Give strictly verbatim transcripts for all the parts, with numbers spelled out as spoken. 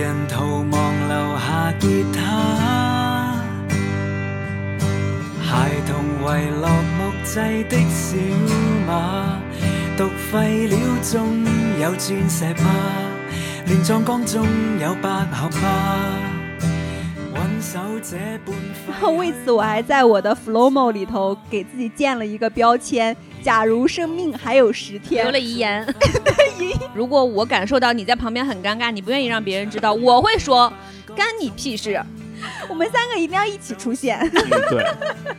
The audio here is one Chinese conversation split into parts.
人逃亡留下吉他，孩童遗落木製的小馬，讀廢了中有鑽石嗎？亂葬崗中有百合嗎？ 然后为此我还在我的 Flomo 里头给自己建了一个标签，假如生命还有十天， 留了遗言如果我感受到你在旁边很尴尬，你不愿意让别人知道，我会说干你屁事。 我们三个一定要一起出现、 嗯、对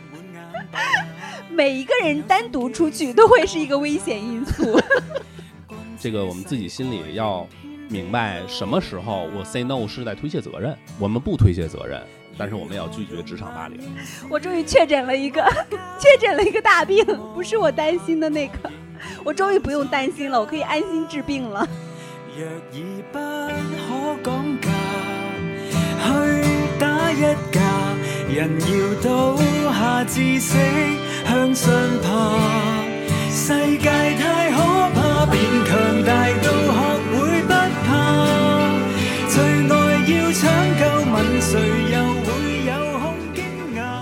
每一个人单独出去都会是一个危险因素这个我们自己心里要明白什么时候我 say no 是在推卸责任，我们不推卸责任，但是我们要拒绝职场霸凌。 我终于确诊了一个确诊了一个大病，不是我担心的那个，我终于不用担心了，我可以安心治病了。 若已不可講價，去打一架，人要倒下知識向上爬，世界太可怕，變強大到學會不怕，最愛要搶救問誰又會有空驚訝。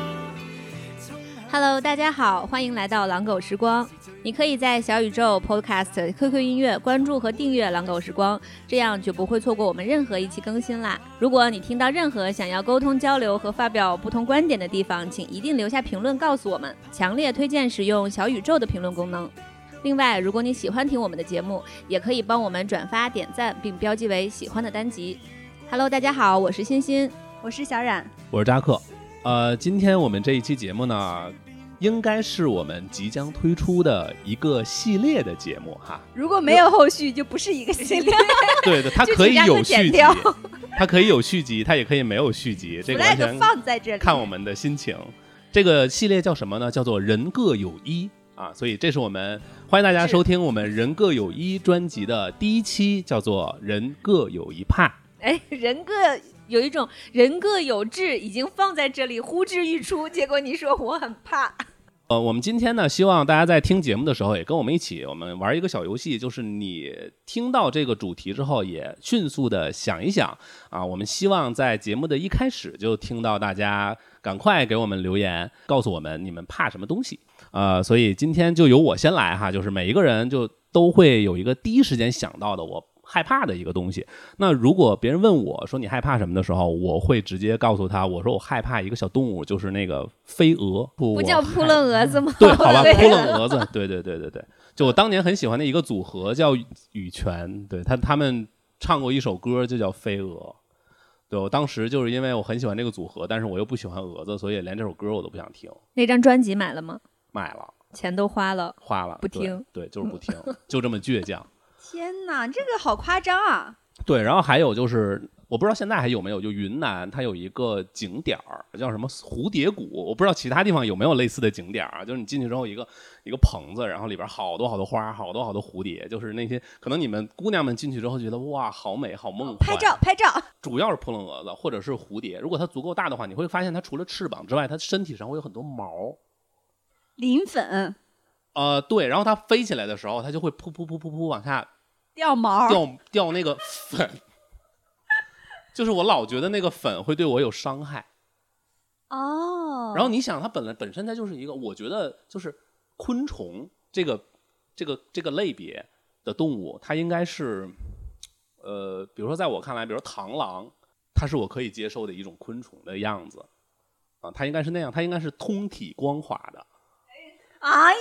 Hello， 大家好，歡迎來到狼狗時光。你可以在小宇宙 Podcast、Q Q 音樂關注和訂閱狼狗時光，這樣就不會錯過我們任何一期更新啦。如果你聽到任何想要溝通交流和發表不同觀點的地方，請一定留下評論告訴我們，強烈推薦使用小宇宙的評論功能。另外，如果你喜歡聽我們的節目，也可以幫我們轉發點讚並標記為喜歡的單集。Hello， 大家好，我是欣欣， 我是小冉， 我是扎克。呃，今天我們這一期節目呢，應該是我們即將推出的一個系列的節目哈。 如果沒有後續，就不是一個系列。 對的，它可以有續集，它可以有續集，它也可以沒有續集，這個完全放在這裡， 看我們的心情。這個系列叫什麼呢？叫做人各有一啊，所以這是我們歡迎大家收聽我們人各有一專輯的第一期，叫做人各有一怕。 哎，人各有一種人各有志，已經放在這裡呼之欲出，結果你說我很怕。 呃，我們今天呢，希望大家在聽節目的時候，也跟我們一起，我們玩一個小遊戲，就是你聽到這個主題之後，也迅速的想一想啊。我們希望在節目的一開始就聽到大家趕快給我們留言，告訴我們你們怕什麼東西。呃，所以今天就由我先來哈，就是每一個人就都會有一個第一時間想到的我害怕的一個東西。那如果別人問我說你害怕什麼的時候，我會直接告訴他，我說我害怕一個小動物，就是那個飛蛾。 不叫撲棱蛾子嗎？ 對，好吧，撲棱蛾子，對對對對對。就我當年很喜歡的一個組合叫羽泉，對，他他們唱過一首歌就叫飛蛾。對，我當時就是因為我很喜歡這個組合，但是我又不喜歡蛾子，所以連這首歌我都不想聽。 那張專輯買了嗎？ 買了， 錢都花了， 花了， 不聽。 對，對，就是不聽，就這麼倔強。 天哪，這個好誇張啊！ 對，然後還有就是我不知道現在還有沒有，就雲南它有一個景點兒叫什麼蝴蝶谷，我不知道其他地方有沒有類似的景點啊，就是你進去之後一個一個棚子，然後裡邊好多好多花，好多好多蝴蝶，就是那些可能你們姑娘們進去之後覺得哇好美好夢幻， 拍照拍照， 主要是撲棱蛾子或者是蝴蝶，如果它足夠大的話，你會發現它除了翅膀之外，它身體上會有很多毛， 鱗粉。 呃，對，然後它飛起來的時候，它就會噗噗噗噗噗往下掉毛， 掉掉那個粉，就是我老覺得那個粉會對我有傷害。 哦。 然後你想，它本來本身它就是一個，我覺得就是昆蟲這個這個這個類別的動物，它應該是，呃，比如說在我看來，比如螳螂，它是我可以接受的一種昆蟲的樣子，啊，它應該是那樣，它應該是通體光滑的。 哎呀！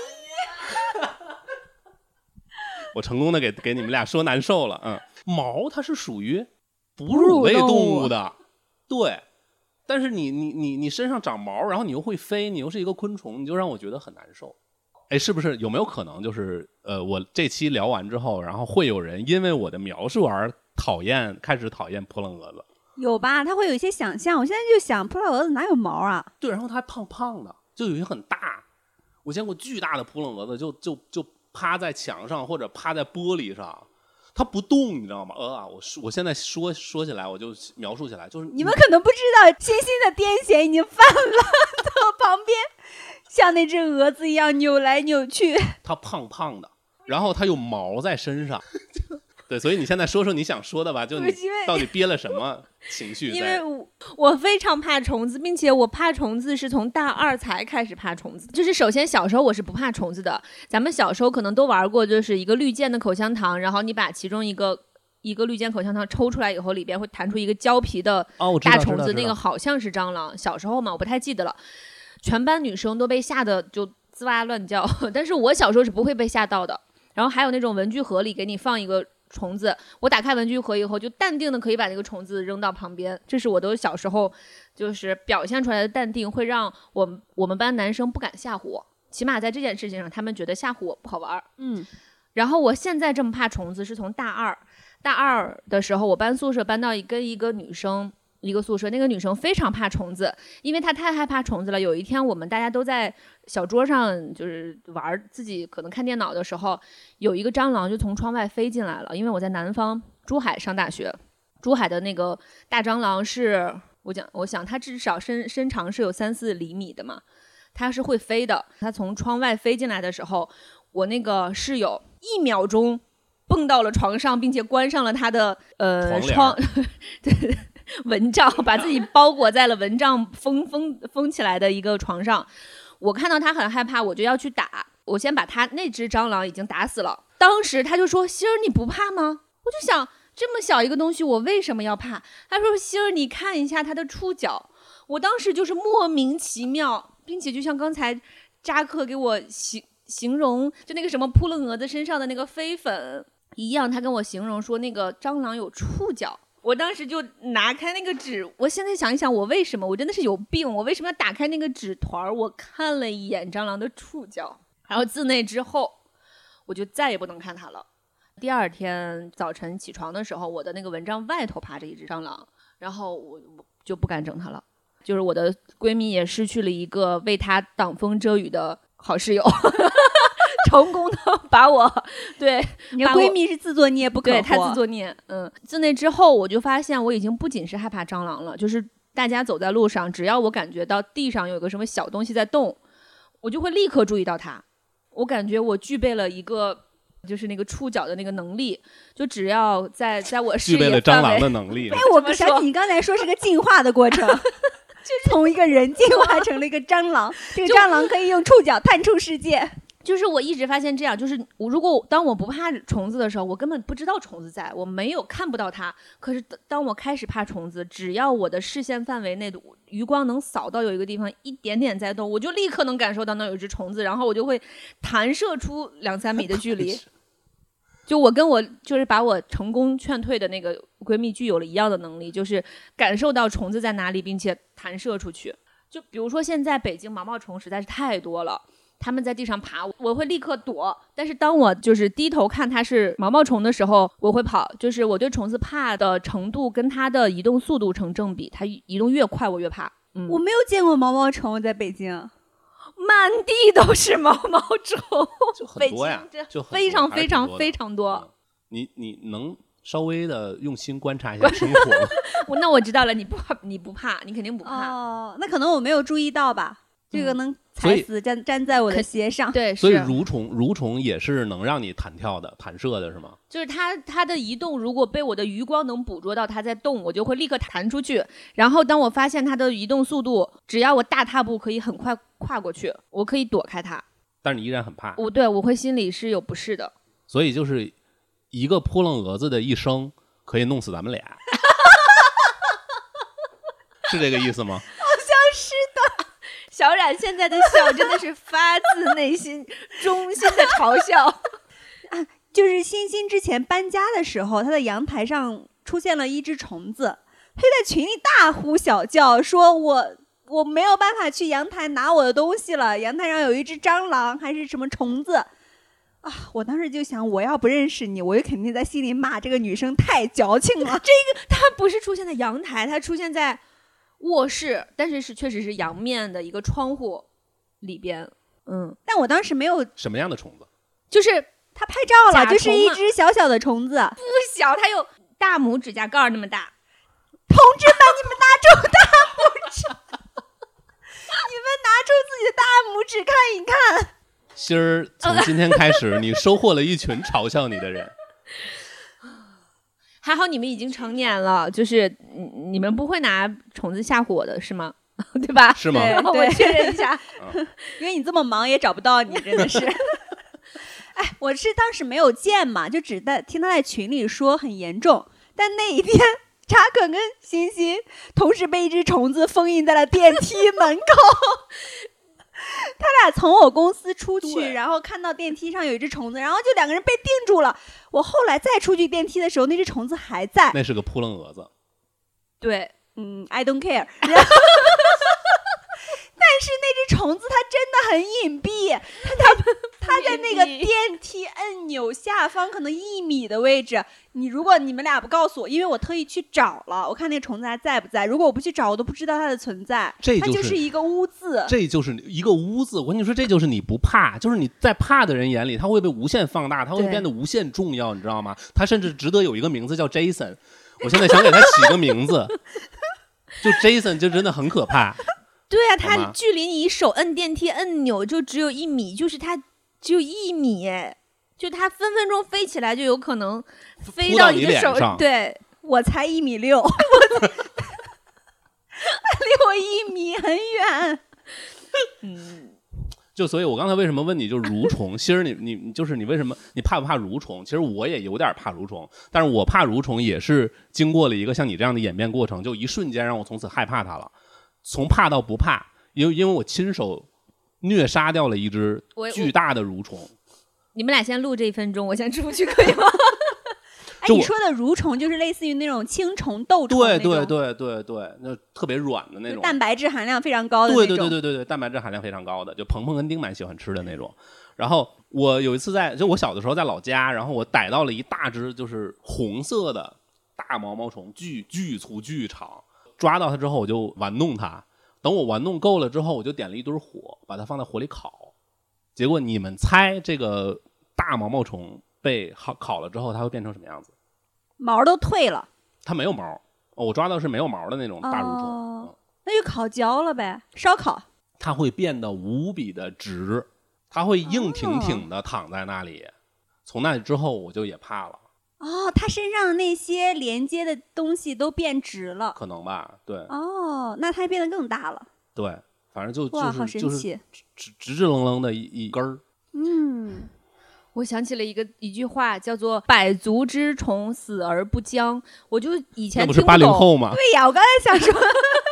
我成功的給給你們倆說難受了，嗯，毛它是屬於哺乳類動物的，對，但是你你你你身上長毛，然後你又會飛，你又是一個昆蟲，你就讓我覺得很難受。哎，是不是有沒有可能就是呃，我這期聊完之後，然後會有人因為我的描述而討厭，開始討厭撲棱蛾子？有吧，他會有一些想象。我現在就想撲棱蛾子哪有毛啊？ 對，然後它還胖胖的，就有些很大。我見過巨大的撲棱蛾子，就就就趴在牆上或者趴在玻璃上，它不動，你知道嗎？呃啊，我我現在說說起來，我就描述起來，就是你們可能不知道，欣欣的癲癇已經犯了，到旁邊像那隻蛾子一樣扭來扭去。 它胖胖的，然後它有毛在身上， 对，所以你现在说说你想说的吧，就你到底憋了什么情绪在？ 因为我我非常怕虫子，并且我怕虫子是从大二才开始怕虫子。就是首先小时候我是不怕虫子的，咱们小时候可能都玩过，就是一个绿箭的口香糖，然后你把其中一个一个绿箭口香糖抽出来以后，里边会弹出一个胶皮的大虫子，那个好像是蟑螂。小时候嘛，我不太记得了。全班女生都被吓得就吱哇乱叫，但是我小时候是不会被吓到的。然后还有那种文具盒里给你放一个虫子，我打开文具盒以后就淡定的可以把那个虫子扔到旁边，这是我都小时候就是表现出来的淡定，会让我们我们班男生不敢吓唬我，起码在这件事情上他们觉得吓唬我不好玩。 嗯， 然后我现在这么怕虫子是从大二大二的时候，我搬宿舍搬到跟一个女生一个宿舍，那个女生非常怕虫子，因为她太害怕虫子了。有一天我们大家都在小桌上就是玩自己可能看电脑的时候，有一个蟑螂就从窗外飞进来了。因为我在南方珠海上大学，珠海的那个大蟑螂是我讲我想它至少身身长是有三四厘米的嘛，它是会飞的。它从窗外飞进来的时候，我那个室友一秒钟蹦到了床上，并且关上了他的呃窗对蚊帐，把自己包裹在了蚊帐封封封起来的一个床上。我看到他很害怕，我就要去打。我先把他那只蟑螂已经打死了。当时他就说：“希儿，你不怕吗？”我就想，这么小一个东西，我为什么要怕？他说：“希儿，你看一下它的触角。”我当时就是莫名其妙，并且就像刚才扎克给我形形容，就那个什么扑了蛾子身上的那个飞粉一样，他跟我形容说那个蟑螂有触角。我当时就拿开那个纸，我现在想一想，我为什么我真的是有病，我为什么要打开那个纸团？我看了一眼蟑螂的触角，然后自那之后我就再也不能看它了。第二天早晨起床的时候，我的那个蚊帐外头爬着一只蟑螂，然后我就不敢整它了。就是我的闺蜜也失去了一个为她挡风遮雨的好室友成功的把我对你的闺蜜是自作孽不可活， 对，她自作孽。嗯，自那之后我就发现我已经不仅是害怕蟑螂了，就是大家走在路上，只要我感觉到地上有一个什么小东西在动，我就会立刻注意到它。我感觉我具备了一个就是那个触角的那个能力，就只要在在我视野具备了蟑螂的能力。 哎，我想起你刚才说是个进化的过程就是从一个人进化成了一个蟑螂，这个蟑螂可以用触角探出世界。 就是我一直发现这样，就是我如果当我不怕虫子的时候，我根本不知道虫子在，我没有看不到它。可是当我开始怕虫子，只要我的视线范围内的余光能扫到有一个地方一点点在动，我就立刻能感受到那有一只虫子，然后我就会弹射出两三米的距离。就我跟我就是把我成功劝退的那个闺蜜具有了一样的能力，就是感受到虫子在哪里，并且弹射出去。就比如说现在北京毛毛虫实在是太多了，他们在地上爬，我会立刻躲。但是当我就是低头看它是毛毛虫的时候，我会跑。就是我对虫子怕的程度跟它的移动速度成正比，它移动越快我越怕。嗯， 我没有见过毛毛虫在北京， 满地都是毛毛虫， 就很多呀，就非常非常非常多。 嗯、你你能稍微的用心观察一下生活吗？ 我那我知道了，你不怕，你不怕，你肯定不怕。 哦，那可能我没有注意到吧。这个能踩死粘粘在我的鞋上。 对， 所以蠕虫蠕虫也是能让你弹跳的、弹射的，是吗？ 就是它它的移动，如果被我的余光能捕捉到它在动，我就会立刻弹出去。然后当我发现它的移动速度，只要我大踏步可以很快跨过去，我可以躲开它。 但是你依然很怕。 我对我会心里是有不适的。 所以就是一个扑棱蛾子的一生可以弄死咱们俩，是这个意思吗？ 好像是的。 小冉现在的笑真的是发自内心衷心的嘲笑啊！就是欣欣之前搬家的时候，她的阳台上出现了一只虫子，她就在群里大呼小叫，说我我没有办法去阳台拿我的东西了，阳台上有一只蟑螂还是什么虫子啊！我当时就想，我要不认识你，我就肯定在心里骂这个女生太矫情了。 这个她不是出现在阳台，她出现在卧室，但是是确实是阳面的一个窗户里边。嗯， 但我当时没有。 什么样的虫子？ 就是他拍照了，就是一只小小的虫子， 不小，它有大拇指甲盖那么大。 同志们，你们拿出大拇指，你们拿出自己的大拇指看一看。 心儿，从今天开始，你收获了一群嘲笑你的人。 还好你们已经成年了，就是你们不会拿虫子吓唬我的是吗？对吧？ 是吗？ 然后我确认一下， 因为你这么忙也找不到你，真的是。哎，我是当时没有见嘛，就只在听他在群里说很严重，但那一天扎克跟欣欣同时被一只虫子封印在了电梯门口。他俩从我公司出去，然后看到电梯上有一只虫子，然后就两个人被定住了。我后来再出去电梯的时候，那只虫子还在。 那是个扑棱蛾子。 对，嗯 ，I don't care 。然后但是那只虫子它真的很隐蔽，它在它在那个电梯按钮下方可能一米的位置。你如果你们俩不告诉我，因为我特意去找了，我看那个虫子还在不在。如果我不去找，我都不知道它的存在。 这、就是、 它就是一个污渍， 这就是一个污渍。我跟你说，这就是你不怕，就是你在怕的人眼里，它会被无限放大，它会变得无限重要，你知道吗？它甚至值得有一个名字叫 Jason。我现在想给它起个名字，就 Jason 就真的很可怕。 对啊，它距离你手摁电梯按钮就只有一米，就是它只有一米，就它分分钟飞起来就有可能飞到你的手上。对， 我才一米六，离我一米很远。 嗯， 就所以，我刚才为什么问你，就是蠕虫？其实你你就是你为什么你怕不怕蠕虫？其实我也有点怕蠕虫，但是我怕蠕虫也是经过了一个像你这样的演变过程，就一瞬间让我从此害怕它了。从怕到不怕，因为因为我亲手虐杀掉了一只巨大的蠕虫。 你们俩先录这一分钟，我先出去可以吗？ 哎，你说的蠕虫就是类似于那种青虫、豆虫那种， 对对对对对，那特别软的那种， 蛋白质含量非常高的那种。 对对对对对对，蛋白质含量非常高的，就鹏鹏跟丁蛮喜欢吃的那种。然后我有一次在，就我小的时候在老家，然后我逮到了一大只就是红色的大毛毛虫，巨巨粗巨长。抓到它之后，我就玩弄它。等我玩弄够了之后，我就点了一堆火，把它放在火里烤。结果你们猜，这个大毛毛虫被烤了之后，它会变成什么样子？ 毛都退了。 它没有毛，哦、我抓到是没有毛的那种大蠕虫。 哦嗯、那就烤焦了呗，烧烤。 它会变得无比的直，它会硬挺挺的躺在那里。哦、从那之后，我就也怕了。 哦，它身上的那些连接的东西都变直了， 可能吧？对。 哦，那它变得更大了。 对，反正就哇， 就是好神奇， 直直直愣愣的一一根儿。 嗯， 我想起了一个一句话，叫做“百足之虫，死而不僵”。我就以前那不是八零后吗？ 对呀，我刚才想说，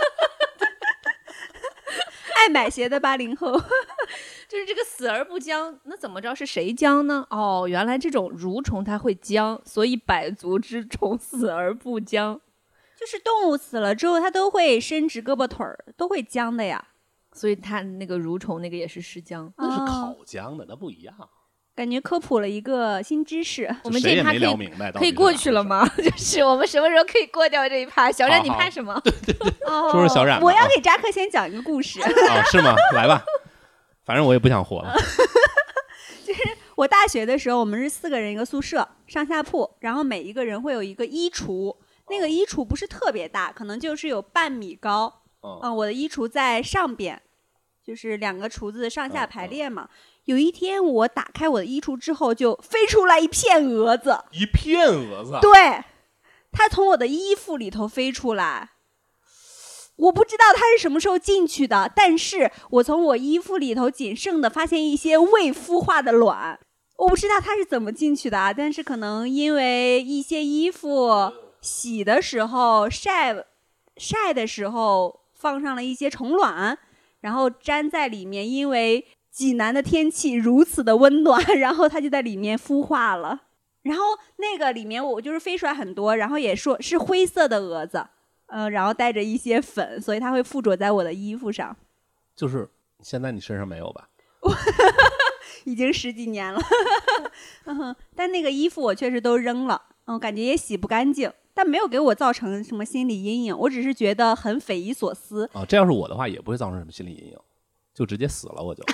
爱买鞋的八零后。 就是这个死而不僵，那怎么着是谁僵呢？哦，原来这种蠕虫它会僵，所以百足之虫死而不僵， 就是动物死了之后它都会伸直胳膊腿儿，都会僵的呀。 所以它那个蠕虫那个也是尸僵， 那是烤僵的，那不一样。 感觉科普了一个新知识。 我们这一趴可以可以过去了吗？就是我们什么时候可以过掉这一趴？小冉，你怕什么？ 对对对， 哦、 说说小冉。 我要给扎克先讲一个故事。 哦，是吗？来吧。反正我也不想活了。 就是我大学的时候，我们是四个人一个宿舍，上下铺，然后每一个人会有一个衣橱，那个衣橱不是特别大，可能就是有半米高。嗯、呃，我的衣橱在上边，就是两个橱子上下排列嘛。嗯嗯、有一天我打开我的衣橱之后，就飞出来一片蛾子， 一片蛾子。 对，它从我的衣服里头飞出来。我不知道它是什么时候进去的，但是我从我衣服里头仅剩的发现一些未孵化的卵，我不知道它是怎么进去的啊，但是可能因为一些衣服洗的时候晒晒的时候放上了一些虫卵，然后粘在里面，因为济南的天气如此的温暖，然后它就在里面孵化了。然后那个里面我就是飞出来很多，然后也说是灰色的蛾子。呃，然后带着一些粉，所以它会附着在我的衣服上。 就是现在你身上没有吧？ 已经十几年了。嗯，但那个衣服我确实都扔了，嗯，感觉也洗不干净，但没有给我造成什么心理阴影，我只是觉得很匪夷所思。 啊，这要是我的话，也不会造成什么心理阴影，就直接死了，我就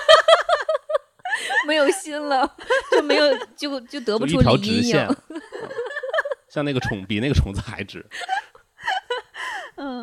没有心了，就没有就就得不出一条直线、嗯，像那个虫比那个虫子还直。 嗯，我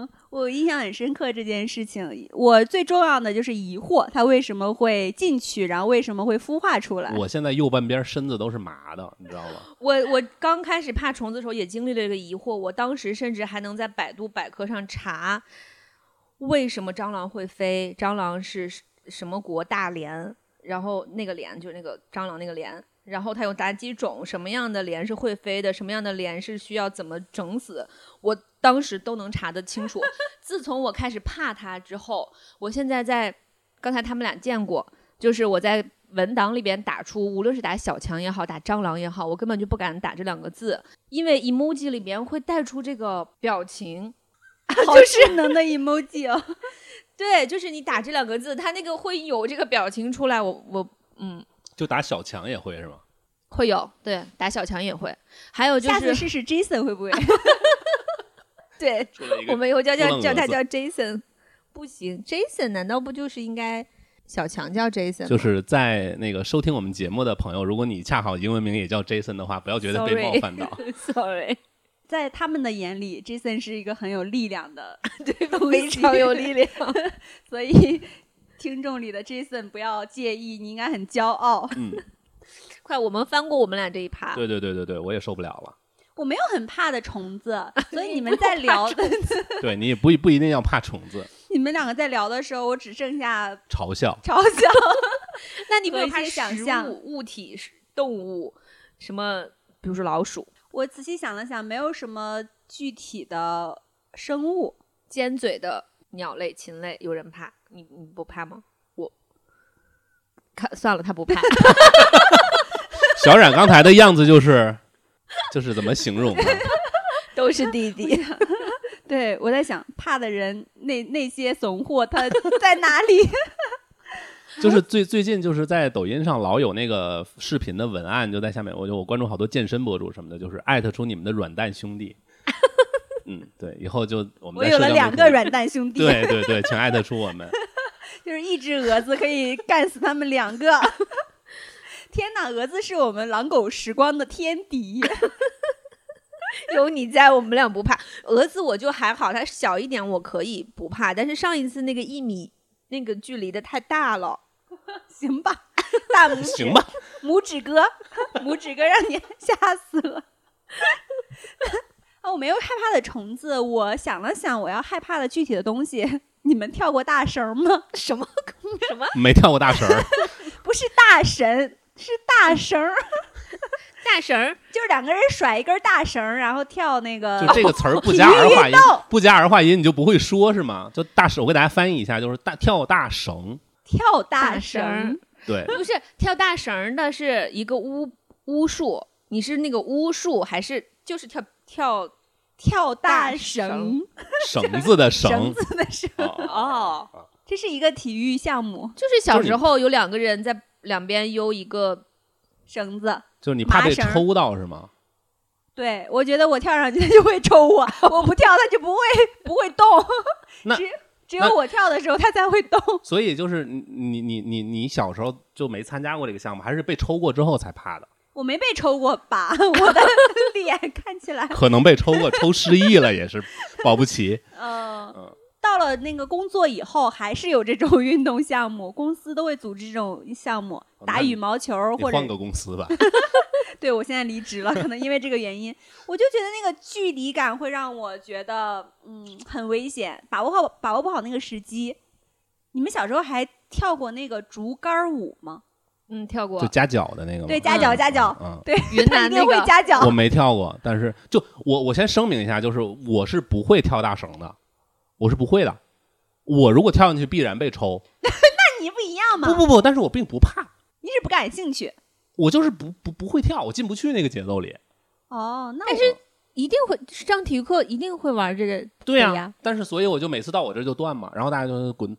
我印象很深刻这件事情。我最重要的就是疑惑，它为什么会进去，然后为什么会孵化出来。 我现在右半边身子都是麻的，你知道吗？ 我我刚开始怕虫子的时候也经历了这个疑惑，我当时甚至还能在百度百科上查为什么蟑螂会飞，蟑螂是什么国大连，然后那个连就是那个蟑螂那个连，然后它有哪几种，什么样的连是会飞的，什么样的连是需要怎么整死，我当时都能查得清楚。自从我开始怕它之后，我现在在刚才他们俩见过，就是我在文档里边打出，无论是打小强也好，打蟑螂也好，我根本就不敢打这两个字，因为 emoji 里边会带出这个表情， 好智能的 emoji 哦。 对，就是你打这两个字，它那个会有这个表情出来。我我嗯， 就打小强也会是吗？ 会有，对，打小强也会。还有就是下次试试 Jason 会不会？ 对，我们以后叫叫叫他叫 Jason， 不行 ，Jason 难道不就是应该小强叫 Jason？ 就是在那个收听我们节目的朋友，如果你恰好英文名也叫 Jason 的话，不要觉得被冒犯到。 Sorry， 在他们的眼里 ，Jason 是一个很有力量的， 对，非常有力量。 所以听众里的 Jason 不要介意，你应该很骄傲。 嗯， 快，我们翻过我们俩这一趴。 对对对对对，我也受不了了。 我没有很怕的虫子，所以你们在聊的， 对你也不不一定要怕虫子。 你们两个在聊的时候，我只剩下嘲笑， 嘲笑。 那你不会怕和一些想食象物、物体、动物，什么，比如说老鼠、 我仔细想了想，没有什么具体的生物。 尖嘴的鸟类、禽类，有人怕，你你不怕吗？我看算了，他不怕。 小冉刚才的样子就是，就是怎么形容呢？ 都是弟弟。 对，我在想，怕的人那那些怂货他在哪里？ 就是最最近就是在抖音上老有那个视频的文案，就在下面，我就我关注好多健身博主什么的，就是艾特出你们的软蛋兄弟。嗯，对，以后就我们我有了两个软蛋兄弟。 对对对，请艾特出我们。 就是一只蛾子可以干死他们两个。天哪，蛾子是我们狼狗时光的天敌。 有你在，我们俩不怕。蛾子我就还好，它小一点我可以不怕，但是上一次那个一米那个距离的太大了。 行吧，大拇指， 行吧， 拇指哥，拇指哥让你吓死了。啊，我没有害怕的虫子，我想了想，我要害怕的具体的东西。你们跳过大绳吗？ 什么什么？ 没跳过大绳儿。 不是大神，是大绳儿。 大绳儿就是两个人甩一根大绳，然后跳那个。 就这个词儿不加儿化音，不加儿化音你就不会说是吗？就大绳，我给大家翻译一下，就是大跳大绳。 跳大绳， 对， 不是跳大绳的是一个巫巫术，你是那个巫术还是就是跳跳跳大绳？ 绳子的绳， 绳子的绳。 哦， 这是一个体育项目， 就是小时候有两个人在两边悠一个绳子， 就是你怕被抽到是吗？ 对，我觉得我跳上去他就会抽我，我不跳他就不会不会动。 那只只有我跳的时候他才会动。 所以就是你你你你小时候就没参加过这个项目，还是被抽过之后才怕的？ 我没被抽过吧？我的脸看起来可能被抽过，抽失忆了也是保不齐。 嗯嗯。到了那个工作以后，还是有这种运动项目，公司都会组织这种项目，打羽毛球或者换个公司吧。 对，我现在离职了，可能因为这个原因，我就觉得那个距离感会让我觉得嗯很危险，把握好把握不好那个时机。你们小时候还跳过那个竹竿舞吗？ 嗯，跳过， 就夹脚的那个吗？ 对，夹脚夹脚， 嗯， 对， 云南那个会夹脚。 我没跳过，但是就我我先声明一下，就是我是不会跳大绳的。我是不会的，我如果跳进去必然被抽。 那你不一样吗？ 不不不，但是我并不怕。 你是不感兴趣？ 我就是不不不会跳，我进不去那个节奏里。 哦，那但是一定会上体育课一定会玩这个。 对呀、啊，但是所以我就每次到我这就断嘛，然后大家就滚，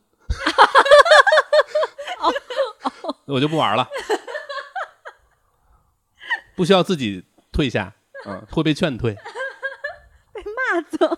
哦哦、我就不玩了，不需要自己退下，嗯，会被劝退， 被骂走。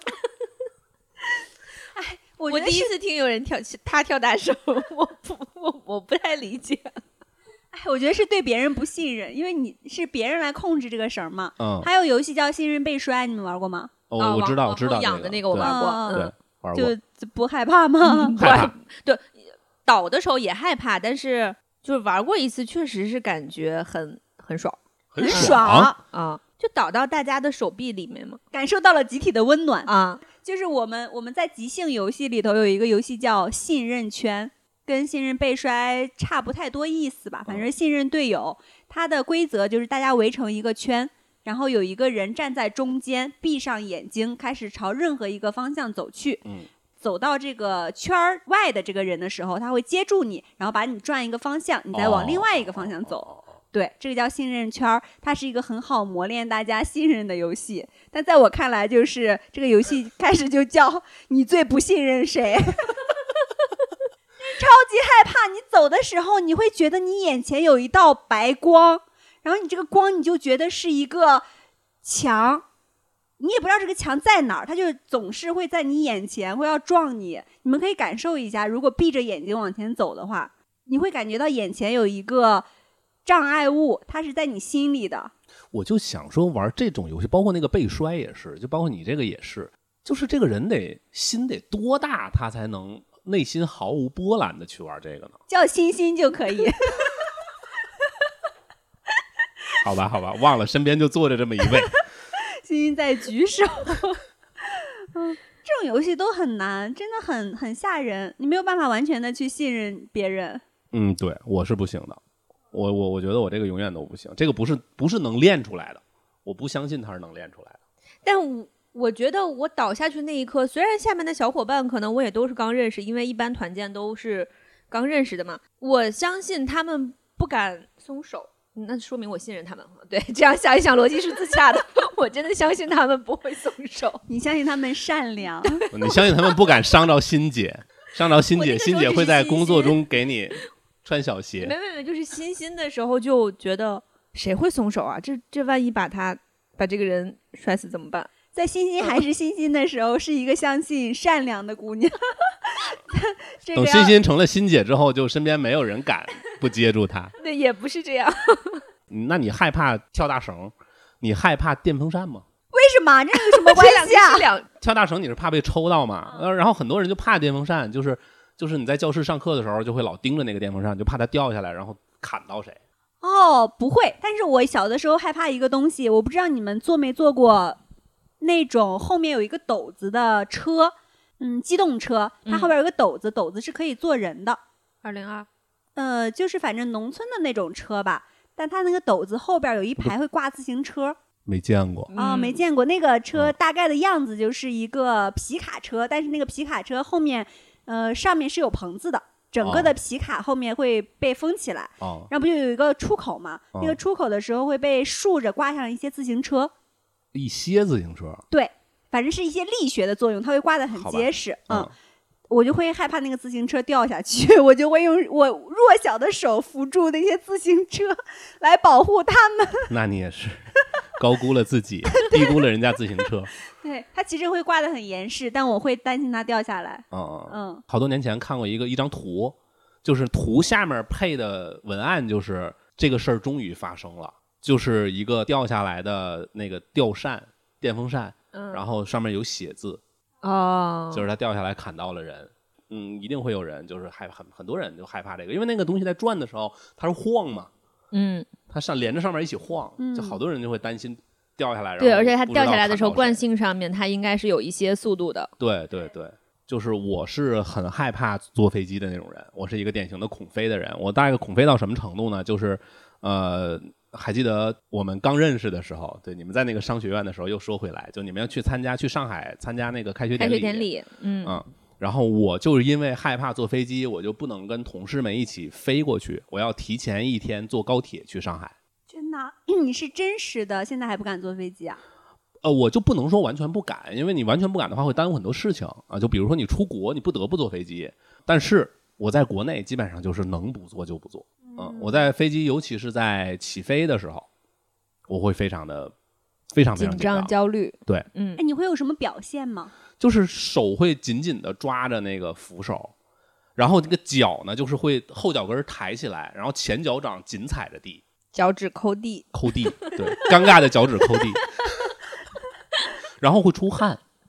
哎，我, 我第一次听有人跳他跳大绳，我不我我不太理解。 哎，我觉得是对别人不信任，因为你是别人来控制这个绳嘛。 嗯。 还有游戏叫信任背摔，你们玩过吗？ 哦，我知道，我知道、 养的那个我玩过。 对， 玩过， 就不害怕吗？ 嗯、 害怕。 对，倒的时候也害怕，但是就是玩过一次，确实是感觉很很爽， 很爽啊！就倒到大家的手臂里面嘛， 感受到了集体的温暖啊！ 就是我们我们在即兴游戏里头有一个游戏叫信任圈，跟信任背摔差不太多意思吧，反正信任队友。它的规则就是大家围成一个圈，然后有一个人站在中间，闭上眼睛，开始朝任何一个方向走去。 嗯， 走到这个圈外的这个人的时候，他会接住你，然后把你转一个方向，你再往另外一个方向走。哦对，这个叫信任圈，它是一个很好磨练大家信任的游戏。但在我看来，就是这个游戏开始就叫你最不信任谁，超级害怕。你走的时候，你会觉得你眼前有一道白光，然后你这个光你就觉得是一个墙，你也不知道这个墙在哪儿，它就总是会在你眼前，会要撞你。你们可以感受一下，如果闭着眼睛往前走的话，你会感觉到眼前有一个障碍物，它是在你心里的。 我就想说，玩这种游戏，包括那个背摔也是，就包括你这个也是，就是这个人得心得多大，他才能内心毫无波澜的去玩这个呢？ 叫欣欣就可以。 好吧，好吧，忘了身边就坐着这么一位。 欣欣在举手。嗯，这种游戏都很难，真的很很吓人，你没有办法完全的去信任别人。 嗯，对，我是不行的。我我我觉得我这个永远都不行，这个不是不是能练出来的，我不相信它是能练出来的。 但我我觉得我倒下去那一刻，虽然下面的小伙伴可能我也都是刚认识，因为一般团建都是刚认识的嘛，我相信他们不敢松手，那说明我信任他们。对，这样想一想逻辑是自洽的。我真的相信他们不会松手。 你相信他们善良？ 你相信他们不敢伤着欣姐，伤着欣姐，欣姐会在工作中给你穿小鞋。 没没没，就是欣欣的时候就觉得谁会松手啊？这这万一把他把这个人摔死怎么办？ 在欣欣还是欣欣的时候，是一个相信善良的姑娘。这个等欣欣成了欣姐之后，就身边没有人敢不接住她。 对，也不是这样。 那你害怕跳大绳？你害怕电风扇吗？ 为什么？这有什么关系啊？ 跳大绳你是怕被抽到吗？呃，然后很多人就怕电风扇，就是就是你在教室上课的时候，就会老盯着那个电风扇，就怕它掉下来，然后砍到谁。 哦，不会。但是我小的时候害怕一个东西，我不知道你们坐没坐过那种后面有一个斗子的车，嗯，机动车，它后边有个斗子，嗯、斗子是可以坐人的。 二零二， 呃，就是反正农村的那种车吧，但它那个斗子后边有一排会挂自行车。 没见过啊、哦，没见过。那个车大概的样子就是一个皮卡车，但是那个皮卡车后面，呃，上面是有棚子的，整个的皮卡后面会被封起来。哦，然后不就有一个出口嘛？哦、那个出口的时候会被竖着挂上一些自行车。 一些自行车？ 对，反正是一些力学的作用，它会挂得很结实。嗯。嗯，我就会害怕那个自行车掉下去，我就会用我弱小的手扶住那些自行车来保护他们。 那你也是高估了自己，低估了人家自行车。 对，它其实会挂得很严实，但我会担心它掉下来。 嗯嗯，好多年前看过一个一张图，就是图下面配的文案就是这个事儿终于发生了，就是一个掉下来的那个吊扇电风扇，嗯、然后上面有写字。 哦， 就是他掉下来砍到了人，嗯，一定会有人就是害很很多人就害怕这个，因为那个东西在转的时候它是晃嘛， 嗯， 它上连着上面一起晃，嗯、就好多人就会担心掉下来。 对，而且它掉下来的时候，惯性上面它应该是有一些速度的。 对对对，就是我是很害怕坐飞机的那种人，我是一个典型的恐飞的人。我大概恐飞到什么程度呢？就是呃。还记得我们刚认识的时候，对，你们在那个商学院的时候，又说回来，就你们要去参加去上海参加那个开学典礼， 开学典礼，嗯嗯，然后我就是因为害怕坐飞机，我就不能跟同事们一起飞过去，我要提前一天坐高铁去上海。 真的？你是真实的？现在还不敢坐飞机啊？ 呃，我就不能说完全不敢，因为你完全不敢的话，会耽误很多事情啊。就比如说你出国，你不得不坐飞机，但是我在国内基本上就是能不坐就不坐。嗯，我在飞机，尤其是在起飞的时候，我会非常的、非常非常紧张、焦虑。 对， 嗯，哎，你会有什么表现吗？ 就是手会紧紧的抓着那个扶手，然后这个脚呢，就是会后脚跟抬起来，然后前脚掌紧踩着地， 脚趾抠地， 抠地，对，尴尬的脚趾抠地，然后会出汗。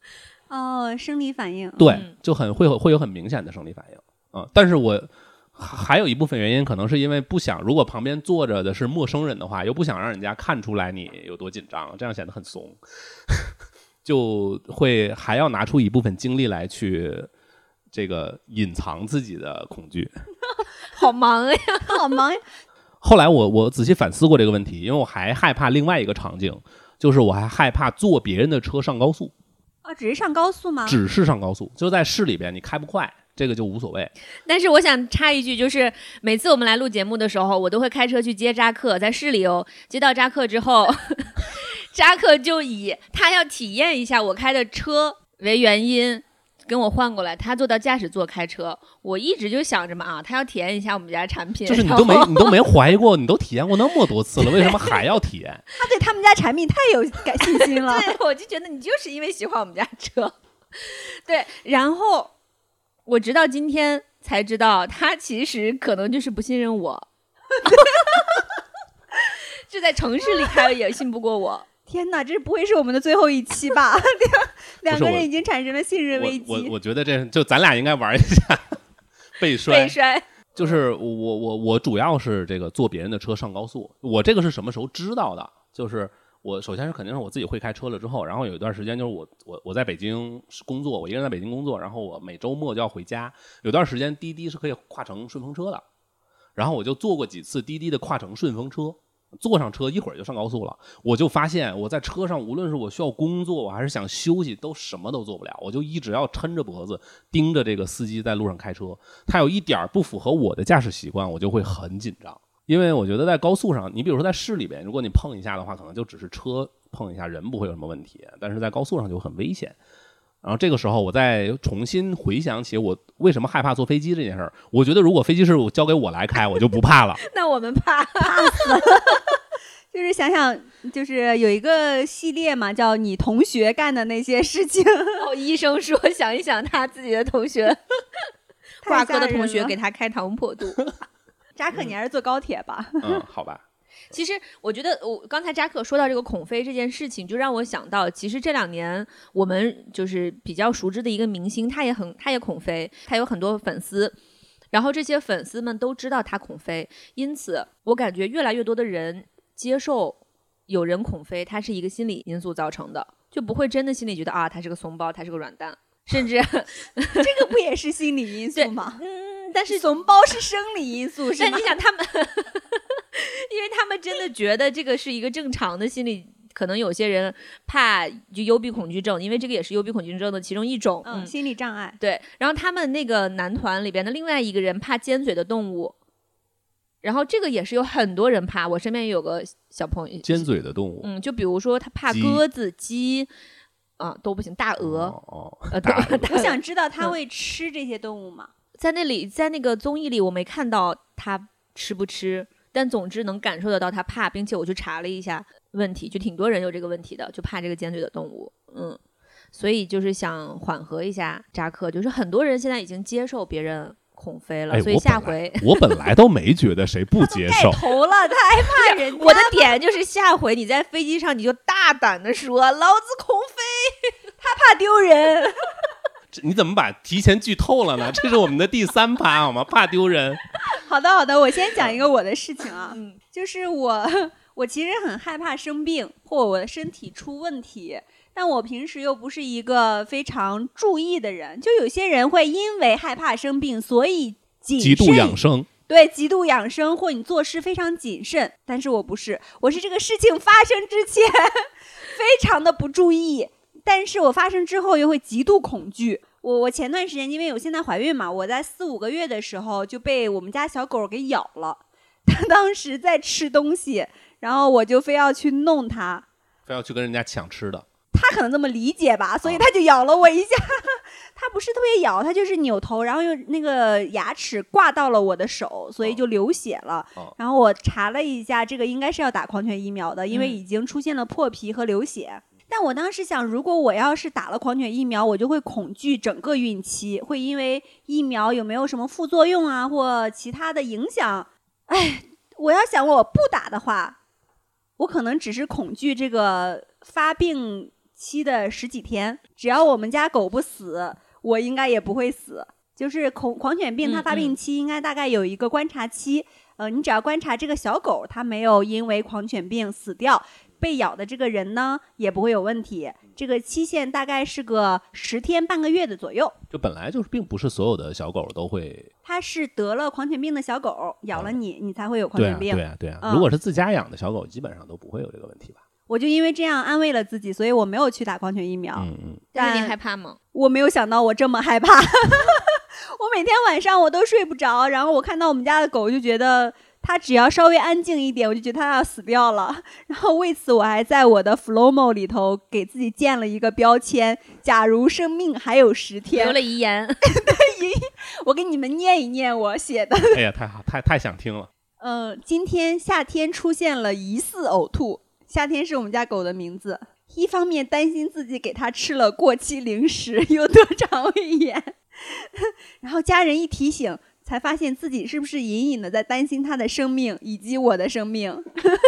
哦，生理反应。 对， 嗯就很会有会有很明显的生理反应啊、嗯。但是我还有一部分原因，可能是因为不想，如果旁边坐着的是陌生人的话，又不想让人家看出来你有多紧张，这样显得很怂，就会还要拿出一部分精力来去这个隐藏自己的恐惧。 好忙呀， 好忙呀。 后来我我仔细反思过这个问题，因为我还害怕另外一个场景，就是我还害怕坐别人的车上高速。 哦，只是上高速吗？ 只是上高速，就在市里边，你开不快，这个就无所谓。 但是我想插一句，就是每次我们来录节目的时候，我都会开车去接扎克，在市里哦，接到扎克之后，扎克就以他要体验一下我开的车为原因，跟我换过来，他坐到驾驶座开车。我一直就想着嘛啊，他要体验一下我们家产品， 就是你都没你都没怀疑过，你都体验过那么多次了，为什么还要体验？ 他对他们家产品太有感信心了。 对，我就觉得你就是因为喜欢我们家车，对。然后我直到今天才知道，他其实可能就是不信任我，就在城市里开也信不过我。 天哪，这不会是我们的最后一期吧？两两个人已经产生了信任危机。 我我我觉得这就咱俩应该玩一下背摔。 背摔就是我我我主要是这个坐别人的车上高速。我这个是什么时候知道的？就是我首先是肯定是我自己会开车了之后，然后有一段时间就是我我我在北京工作，我一个人在北京工作，然后我每周末就要回家。有段时间滴滴是可以跨城顺风车的，然后我就坐过几次滴滴的跨城顺风车。坐上车一会儿就上高速了，我就发现我在车上，无论是我需要工作，我还是想休息，都什么都做不了。我就一直要抻着脖子盯着这个司机在路上开车，他有一点不符合我的驾驶习惯，我就会很紧张。因为我觉得在高速上，你比如说在市里边，如果你碰一下的话，可能就只是车碰一下，人不会有什么问题，但是在高速上就很危险。然后这个时候，我再重新回想起我为什么害怕坐飞机这件事儿。我觉得如果飞机是交给我来开，我就不怕了。 那我们怕怕死了。就是想想，就是有一个系列嘛，叫你同学干的那些事情。 哦，医生说想一想他自己的同学，挂科的同学给他开膛破肚。 扎克，你还是坐高铁吧。 嗯，好吧。 其实我觉得，我刚才扎克说到这个孔飞这件事情，就让我想到，其实这两年我们就是比较熟知的一个明星，他也很他也孔飞，他有很多粉丝，然后这些粉丝们都知道他孔飞，因此我感觉越来越多的人接受有人孔飞，它是一个心理因素造成的，就不会真的心里觉得啊他是个怂包，他是个软蛋，甚至这个不也是心理因素吗？ 嗯，但是怂包是生理因素，是吗？ 但你想他们。因为他们真的觉得这个是一个正常的心理，可能有些人怕就幽闭恐惧症，因为这个也是幽闭恐惧症的其中一种， 嗯，心理障碍。 对，然后他们那个男团里边的另外一个人怕尖嘴的动物，然后这个也是有很多人怕，我身边也有个小朋友尖嘴的动物， 嗯，就比如说他怕鸽子、鸡啊都不行，大鹅， 哦， 呃， 大鹅我想知道他会吃这些动物吗？ 在那里，在那个综艺里，我没看到他吃不吃。但总之能感受得到他怕，并且我去查了一下问题，就挺多人有这个问题的，就怕这个尖嘴的动物。嗯，所以就是想缓和一下扎克，就是很多人现在已经接受别人孔飞了， 哎、 所以下回我本来都没觉得谁不接受。 盖头了，他还怕人家。 我的点就是下回你在飞机上你就大胆的说老子孔飞， 他怕丢人。 你怎么把提前剧透了呢？这是我们的第三趴好吗？怕丢人。 好的好的，我先讲一个我的事情啊， 嗯， 就是我我其实很害怕生病或我的身体出问题，但我平时又不是一个非常注意的人，就有些人会因为害怕生病，所以谨慎极度养生。 对，极度养生或你做事非常谨慎，但是我不是，我是这个事情发生之前非常的不注意，但是我发生之后又会极度恐惧。我我前段时间因为我现在怀孕嘛，我在四五个月的时候就被我们家小狗给咬了，它当时在吃东西，然后我就非要去弄它， 非要去跟人家抢吃的。 它可能这么理解吧，所以它就咬了我一下。它不是特别咬，它就是扭头，然后用那个牙齿挂到了我的手，所以就流血了。 哦、 然后我查了一下，这个应该是要打狂犬疫苗的，因为已经出现了破皮和流血。嗯，但我当时想，如果我要是打了狂犬疫苗，我就会恐惧整个孕期，会因为疫苗有没有什么副作用啊，或其他的影响。哎，我要想我不打的话，我可能只是恐惧这个发病期的十几天，只要我们家狗不死，我应该也不会死。就是狂狂犬病它发病期应该大概有一个观察期，嗯、呃，你只要观察这个小狗它没有因为狂犬病死掉，被咬的这个人呢也不会有问题。这个期限大概是个十天半个月的左右。 就本来就是并不是所有的小狗都会， 它是得了狂犬病的小狗咬了你，嗯、你才会有狂犬病。 对啊，对啊，对啊、嗯。如果是自家养的小狗，基本上都不会有这个问题吧？ 我就因为这样安慰了自己，所以我没有去打狂犬疫苗。 嗯嗯。 但是你害怕吗？ 我没有想到我这么害怕。我每天晚上我都睡不着，然后我看到我们家的狗就觉得它只要稍微安静一点，我就觉得它要死掉了。然后为此我还在我的 Flomo 里头给自己建了一个标签，假如生命还有十天， 留了遗言。 对，我给你们念一念我写的。 哎呀，太好，太太想听了。 嗯、呃，今天夏天出现了疑似呕吐，夏天是我们家狗的名字。一方面担心自己给它吃了过期零食，有得肠胃炎。然后家人一提醒，才发现自己是不是隐隐的在担心他的生命以及我的生命。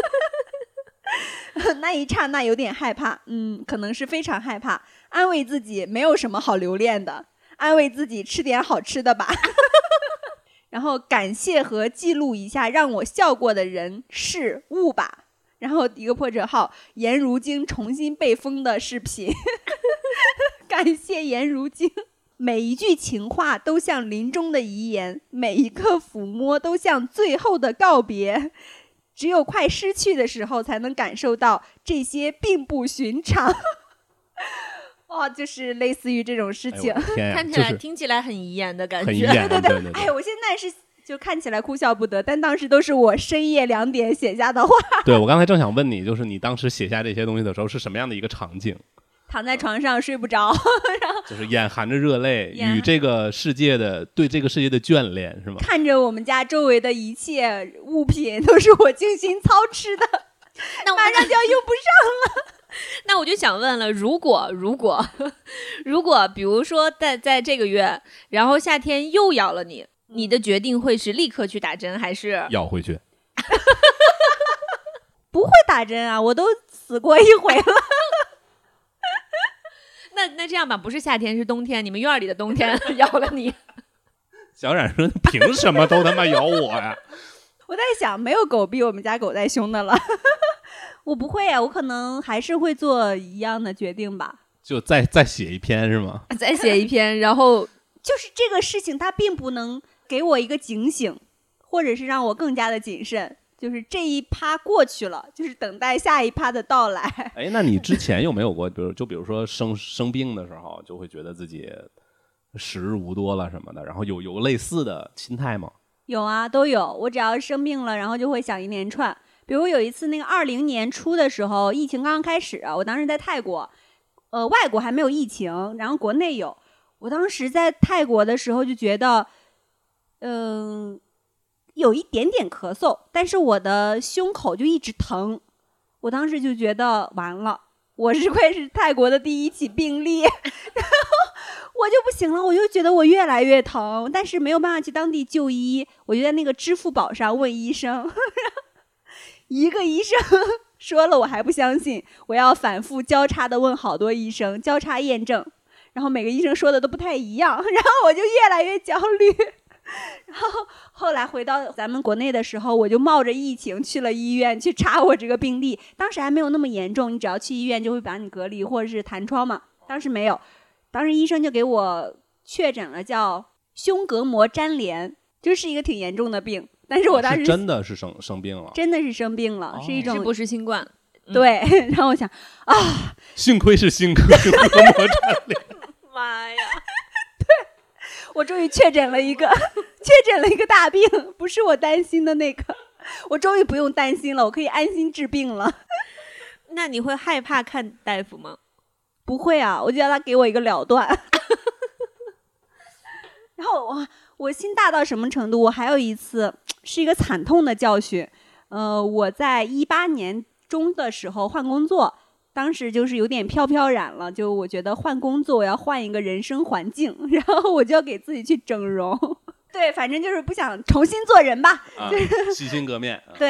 那一刹那有点害怕，嗯，可能是非常害怕。安慰自己没有什么好留恋的，安慰自己吃点好吃的吧。然后感谢和记录一下让我笑过的人事物吧。然后一个破折号，颜如晶重新被封的视频。感谢颜如晶。每一句情话都像临终的遗言，每一个抚摸都像最后的告别。只有快失去的时候，才能感受到这些并不寻常。哇、哦，就是类似于这种事情， 哎、 看起来、就是、听起来很遗言的感觉， 很遗言， 对对对对。 哎，我现在是就看起来哭笑不得，但当时都是我深夜两点写下的话。 对，我刚才正想问你，就是你当时写下这些东西的时候是什么样的一个场景？ 躺在床上睡不着，然后就是眼含着热泪，与这个世界的对这个世界的眷恋，是吗？ 看着我们家周围的一切物品都是我精心操持的，那马上就要用不上了。 那我就想问了，如果如果如果比如说在在这个月，然后夏天又咬了你，你的决定会是立刻去打针，还是咬回去？ 不会打针啊，我都死过一回了。 那那这样吧，不是夏天是冬天，你们院里的冬天咬了你。 小冉说：“凭什么都他妈咬我呀？” 我在想，没有狗比我们家狗带凶的了。我不会啊，我可能还是会做一样的决定吧。 就再再写一篇是吗？ 再写一篇，然后就是这个事情，它并不能给我一个警醒，或者是让我更加的谨慎。就是这一趴过去了，就是等待下一趴的到来。 哎，那你之前有没有过，比如就比如说生生病的时候，就会觉得自己时日无多了什么的，然后有有类似的心态吗？ 有啊，都有。我只要生病了，然后就会想一连串。比如有一次，那个二零年初的时候，疫情刚刚开始啊，我当时在泰国，呃，外国还没有疫情，然后国内有。我当时在泰国的时候就觉得，嗯、呃。有一点点咳嗽，但是我的胸口就一直疼，我当时就觉得完了，我是会是泰国的第一起病例，然后我就不行了，我就觉得我越来越疼，但是没有办法去当地就医，我就在那个支付宝上问医生，一个医生说了我还不相信，我要反复交叉的问好多医生，交叉验证，然后每个医生说的都不太一样，然后我就越来越焦虑。然后后来回到咱们国内的时候，我就冒着疫情去了医院去查我这个病例，当时还没有那么严重，你只要去医院就会把你隔离或者是弹窗嘛，当时没有，当时医生就给我确诊了叫胸膈膜粘连，就是一个挺严重的病，但是我当时、 哦、是真的是生生病了， 真的是生病了、哦、是一种是不是新冠、 嗯、对，然后我想啊， 幸亏是心膈膜粘连妈呀， 我终于确诊了一个确诊了一个大病，不是我担心的那个，我终于不用担心了，我可以安心治病了。 那你会害怕看大夫吗？ 不会啊，我就让他给我一个了断。然后我我心大到什么程度，我还有一次是一个惨痛的教训，呃，我在一八年中的时候换工作，当时就是有点飘飘然了，就我觉得换工作我要换一个人生环境，然后我就要给自己去整容，对，反正就是不想重新做人吧， 啊，洗心革面、啊、 对，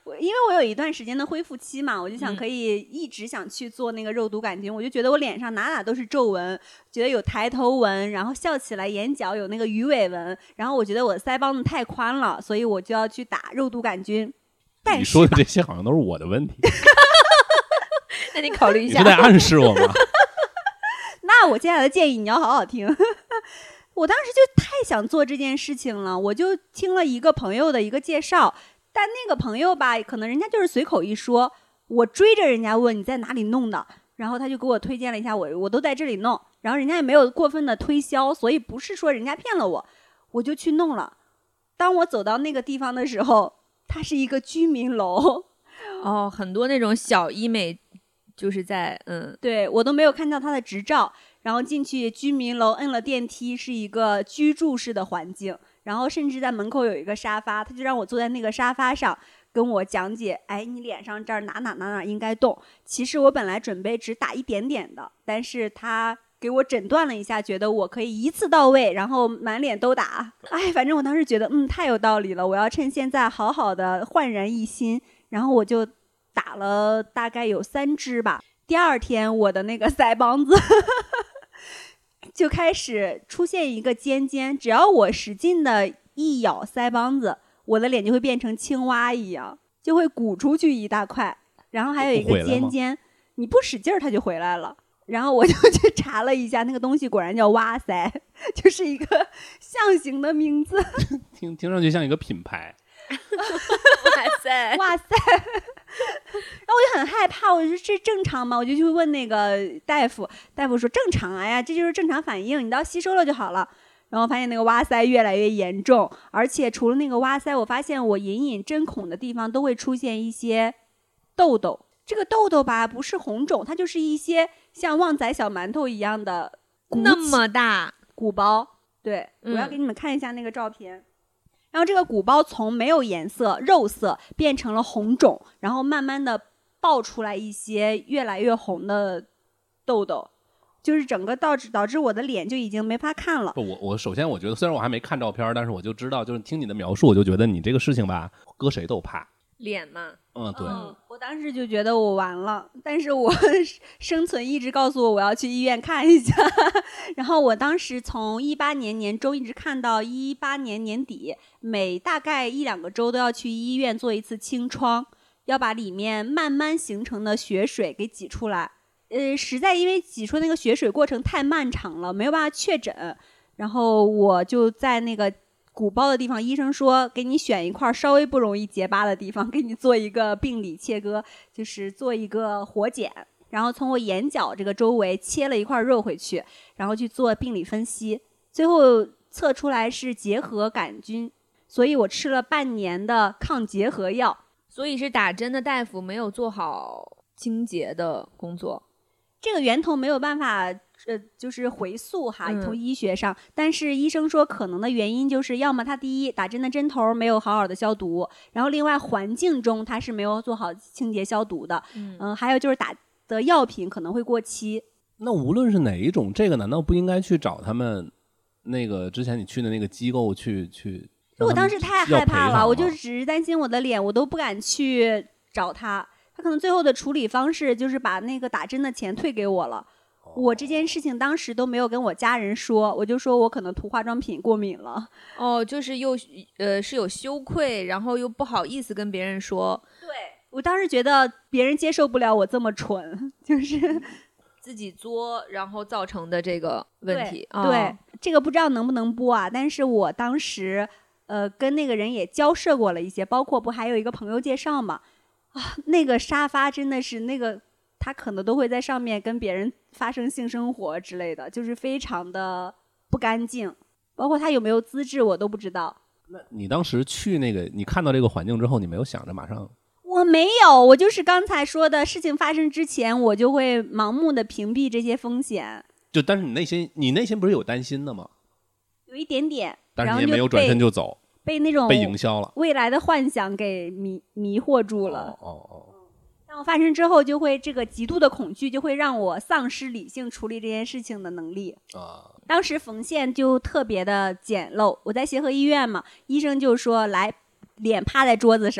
我因为我有一段时间的恢复期嘛，我就想可以一直想去做那个肉毒杆菌，我就觉得我脸上哪哪都是皱纹，觉得有抬头纹，然后笑起来眼角有那个鱼尾纹，然后我觉得我的腮帮子太宽了，所以我就要去打肉毒杆菌。但是你说的这些好像都是我的问题。 那你考虑一下。 你是在暗示我吗？ 那我接下来的建议你要好好听。我当时就太想做这件事情了，我就听了一个朋友的一个介绍，但那个朋友吧，可能人家就是随口一说，我追着人家问你在哪里弄的，然后他就给我推荐了一下，我我都在这里弄，然后人家也没有过分的推销，所以不是说人家骗了我，我就去弄了。当我走到那个地方的时候，它是一个居民楼。 哦，很多那种小医美就是在嗯， 对，我都没有看到他的执照，然后进去居民楼摁了电梯，是一个居住式的环境，然后甚至在门口有一个沙发，他就让我坐在那个沙发上跟我讲解，哎，你脸上这儿哪哪哪哪应该动。其实我本来准备只打一点点的，但是他给我诊断了一下，觉得我可以一次到位，然后满脸都打。哎，反正我当时觉得嗯太有道理了，我要趁现在好好的焕然一新，然后我就打了大概有三支吧。第二天我的那个腮帮子就开始出现一个尖尖，只要我使劲的一咬腮帮子，我的脸就会变成青蛙一样，就会鼓出去一大块，然后还有一个尖尖，你不使劲儿它就回来了。然后我就去查了一下，那个东西果然叫蛙腮，就是一个象形的名字。 听听上去像一个品牌。 哇塞， 哇塞！然后我就很害怕，我说这正常吗？我就去问那个大夫，大夫说正常啊呀，这就是正常反应，你到吸收了就好了。然后发现那个蛙腮越来越严重，而且除了那个蛙腮，我发现我隐隐针孔的地方都会出现一些痘痘。这个痘痘吧，不是红肿，它就是一些像旺仔小馒头一样的那么大鼓包。对， 嗯、 我要给你们看一下那个照片。然后这个鼓包从没有颜色、肉色变成了红肿，然后慢慢的爆出来一些越来越红的痘痘，就是整个导致导致我的脸就已经没法看了。 不，我我首先我觉得，虽然我还没看照片，但是我就知道，就是听你的描述，我就觉得你这个事情吧，搁谁都怕。 脸嘛， 嗯，对。 嗯，我当时就觉得我完了，但是我生存一直告诉我我要去医院看一下。然后我当时从一八年年中一直看到一八年年底，每大概一两个周都要去医院做一次清创，要把里面慢慢形成的血水给挤出来。呃，实在因为挤出那个血水过程太漫长了，没有办法确诊，然后我就在那个鼓包的地方，医生说给你选一块稍微不容易结疤的地方，给你做一个病理切割，就是做一个活检，然后从我眼角这个周围切了一块肉回去，然后去做病理分析，最后测出来是结核杆菌，所以我吃了半年的抗结核药。 所以是打针的大夫没有做好清洁的工作， 这个源头没有办法呃，就是回溯哈， 嗯、 从医学上，但是医生说可能的原因就是要么他第一打针的针头没有好好的消毒，然后另外环境中他是没有做好清洁消毒的，嗯、呃，还有就是打的药品可能会过期。 那无论是哪一种，这个难道不应该去找他们那个之前你去的那个机构去去？ 我当时太害怕了，我就只是担心我的脸，我都不敢去找他。他可能最后的处理方式就是把那个打针的钱退给我了。我这件事情当时都没有跟我家人说，我就说我可能涂化妆品过敏了。 哦，就是又呃是有羞愧，然后又不好意思跟别人说。 对，我当时觉得别人接受不了我这么蠢，就是自己作，然后造成的这个问题。 对，哦、对，这个不知道能不能播啊？但是我当时呃跟那个人也交涉过了一些，包括不还有一个朋友介绍嘛？啊，那个沙发真的是那个。他可能都会在上面跟别人发生性生活之类的，就是非常的不干净，包括他有没有资质我都不知道。 那你当时去那个你看到这个环境之后，你没有想着马上？ 我没有，我就是刚才说的事情发生之前，我就会盲目的屏蔽这些风险。 就但是你内心你内心不是有担心的吗？ 有一点点， 但是你也没有转身就走， 被那种被营销了， 未来的幻想给迷迷惑住了。 哦哦哦。 当我发生之后，就会这个极度的恐惧就会让我丧失理性处理这件事情的能力啊。当时缝线就特别的简陋，我在协和医院嘛，医生就说来脸趴在桌子上，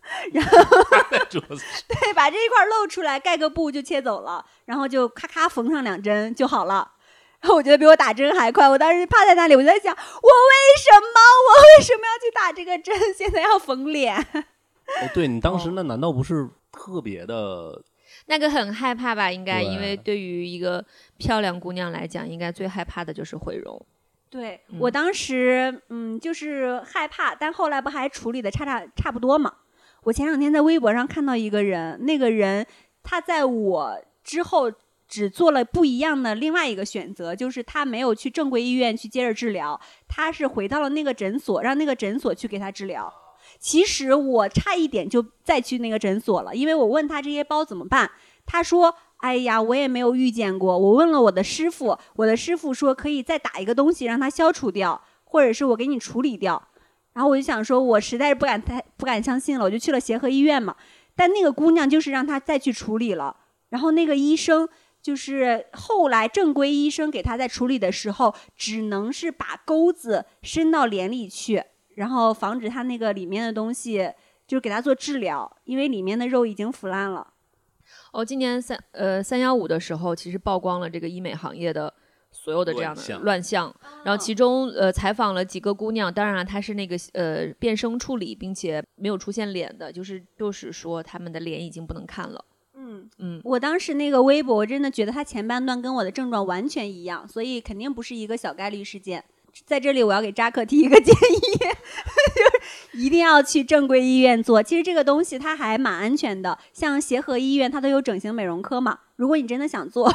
然后在桌子上对，把这一块露出来，盖个布就切走了，然后就咔咔缝上两针就好了。然后我觉得比我打针还快，我当时趴在那里，我就在想，我为什么我为什么要去打这个针？现在要缝脸。 哦，对你当时那难道不是特别的？ 那个很害怕吧？应该， 对因为对于一个漂亮姑娘来讲，应该最害怕的就是毁容。 对、 嗯、 我当时，嗯，就是害怕，但后来不还处理的差差差不多嘛？我前两天在微博上看到一个人，那个人他在我之后只做了不一样的另外一个选择，就是他没有去正规医院去接着治疗，他是回到了那个诊所，让那个诊所去给他治疗。其实我差一点就再去那个诊所了，因为我问他这些包怎么办，他说哎呀我也没有遇见过，我问了我的师傅，我的师傅说可以再打一个东西让它消除掉，或者是我给你处理掉。然后我就想说我实在是不敢太不敢相信了，我就去了协和医院嘛，但那个姑娘就是让她再去处理了，然后那个医生就是后来正规医生给她在处理的时候只能是把钩子伸到脸里去，然后防止她那个里面的东西就是给她做治疗，因为里面的肉已经腐烂了。 哦，今年三呃三幺五的时候，其实曝光了这个医美行业的所有的这样的乱象，然后其中呃采访了几个姑娘，当然了，她是那个呃变声处理，并且没有出现脸的，就是就是说她们的脸已经不能看了。 嗯嗯， 我当时那个微博，我真的觉得它前半段跟我的症状完全一样，所以肯定不是一个小概率事件。在这里我要给扎克提一个建议，就是一定要去正规医院做。其实这个东西它还蛮安全的，像协和医院它都有整形美容科嘛。如果你真的想做，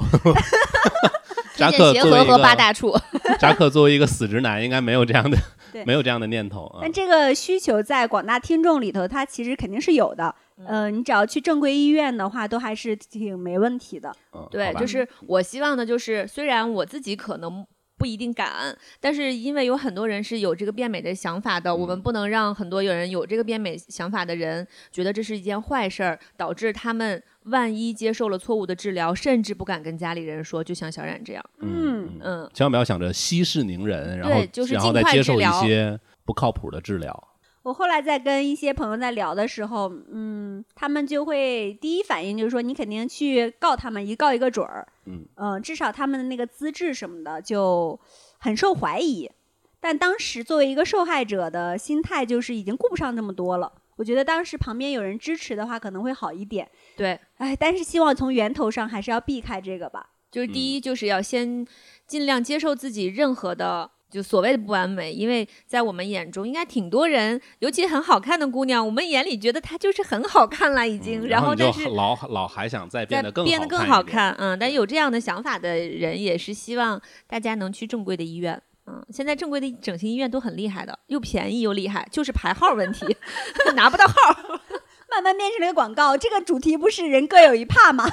扎克协和和八大处， 扎克作为一个死直男，应该没有这样的没有这样的念头。 但这个需求在广大听众里头，它其实肯定是有的。呃，你只要去正规医院的话，都还是挺没问题的。 嗯、 对，就是我希望的，就是虽然我自己可能不一定敢，但是因为有很多人是有这个变美的想法的，嗯、我们不能让很多有人有这个变美想法的人觉得这是一件坏事儿，导致他们万一接受了错误的治疗，甚至不敢跟家里人说，就像小冉这样。 嗯嗯， 千万不要想着息事宁人，然后就是然后再接受一些不靠谱的治疗。 我后来在跟一些朋友在聊的时候，嗯，他们就会第一反应就是说，你肯定去告他们，一告一个准儿。 嗯、 呃，至少他们的那个资质什么的就很受怀疑。但当时作为一个受害者的心态，就是已经顾不上这么多了。我觉得当时旁边有人支持的话，可能会好一点。 对， 哎，但是希望从源头上还是要避开这个吧。 就是第一，就是要先尽量接受自己任何的。就所谓的不完美，因为在我们眼中应该挺多人，尤其很好看的姑娘，我们眼里觉得她就是很好看了已经， 嗯、 然后但是老老还想再变得更好看变得更好看，嗯，但有这样的想法的人也是希望大家能去正规的医院，嗯，现在正规的整形医院都很厉害的，又便宜又厉害，就是排号问题，拿不到号， 慢慢变成了一个广告，这个主题不是人各有一怕吗？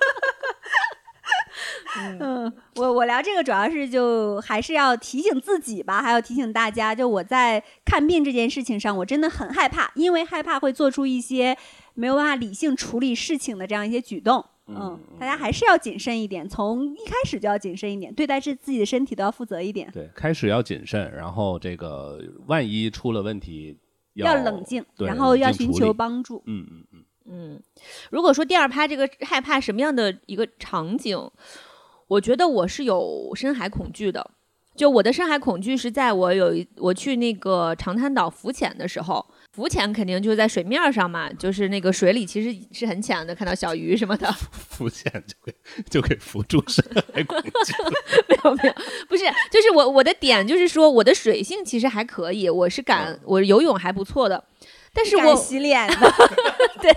嗯，我我聊这个主要是就还是要提醒自己吧，还要提醒大家，就我在看病这件事情上，我真的很害怕，因为害怕会做出一些没有办法理性处理事情的这样一些举动。嗯，嗯大家还是要谨慎一点，从一开始就要谨慎一点，对待自己的身体都要负责一点。 对，开始要谨慎，然后这个万一出了问题要， 要冷静，然后要寻求帮助。 嗯嗯嗯嗯，如果说第二趴这个害怕什么样的一个场景？我觉得我是有深海恐惧的，就我的深海恐惧是在我有一我去那个长滩岛浮潜的时候，浮潜肯定就是在水面上嘛，就是那个水里其实是很浅的，看到小鱼什么的， 浮潜就给就给浮住深海恐惧没有没有，不是，就是我我的点就是说我的水性其实还可以，我是敢、嗯、我游泳还不错的，但是我洗脸的， 对。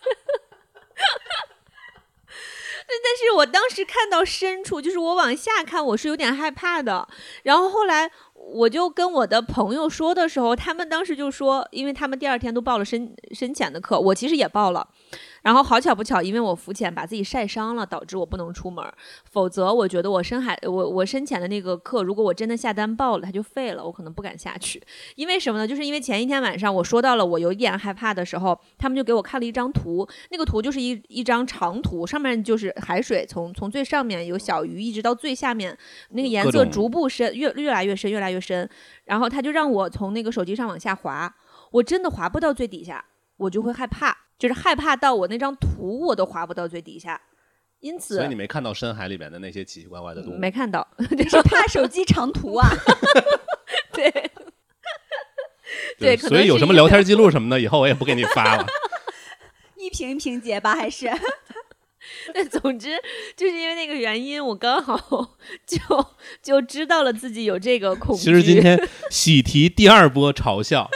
但是我当时看到深处，就是我往下看，我是有点害怕的。然后后来我就跟我的朋友说的时候，他们当时就说，因为他们第二天都报了深深潜的课，我其实也报了。然后好巧不巧，因为我浮潜把自己晒伤了，导致我不能出门。否则我觉得我深海我我深潜的那个课，如果我真的下单报了，它就废了，我可能不敢下去。因为什么呢？就是因为前一天晚上我说到了我有一点害怕的时候，他们就给我看了一张图，那个图就是一一张长图，上面就是海水从从最上面有小鱼，一直到最下面，那个颜色逐步深，越越来越深，越来越深。然后他就让我从那个手机上往下滑，我真的滑不到最底下。 我就会害怕，就是害怕到我那张图我都滑不到最底下，因此所以你没看到深海里面的那些奇奇怪怪的动物？ 没看到， 这是怕手机长图啊。 对对，可能所以有什么聊天记录什么的，以后我也不给你发了。 一屏一屏结吧，还是？ 但总之就是因为那个原因，我刚好就就知道了自己有这个恐惧。 其实今天喜提第二波嘲笑。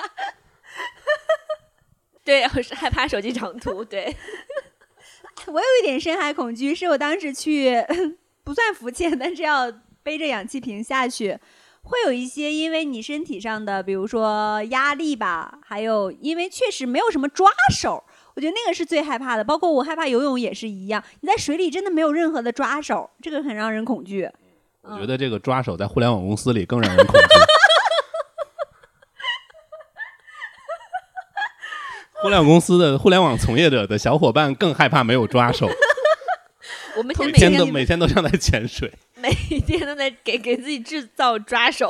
对，我是害怕手机长图。对， 我有一点深海恐惧，是我当时去不算浮潜，但是要背着氧气瓶下去，会有一些因为你身体上的，比如说压力吧，还有因为确实没有什么抓手，我觉得那个是最害怕的。包括我害怕游泳也是一样，你在水里真的没有任何的抓手，这个很让人恐惧。 我觉得这个抓手在互联网公司里更让人恐惧。互联网公司的互联网从业者的小伙伴更害怕没有抓手。 我们每天都每天都像在潜水， 每天都在给给自己制造抓手。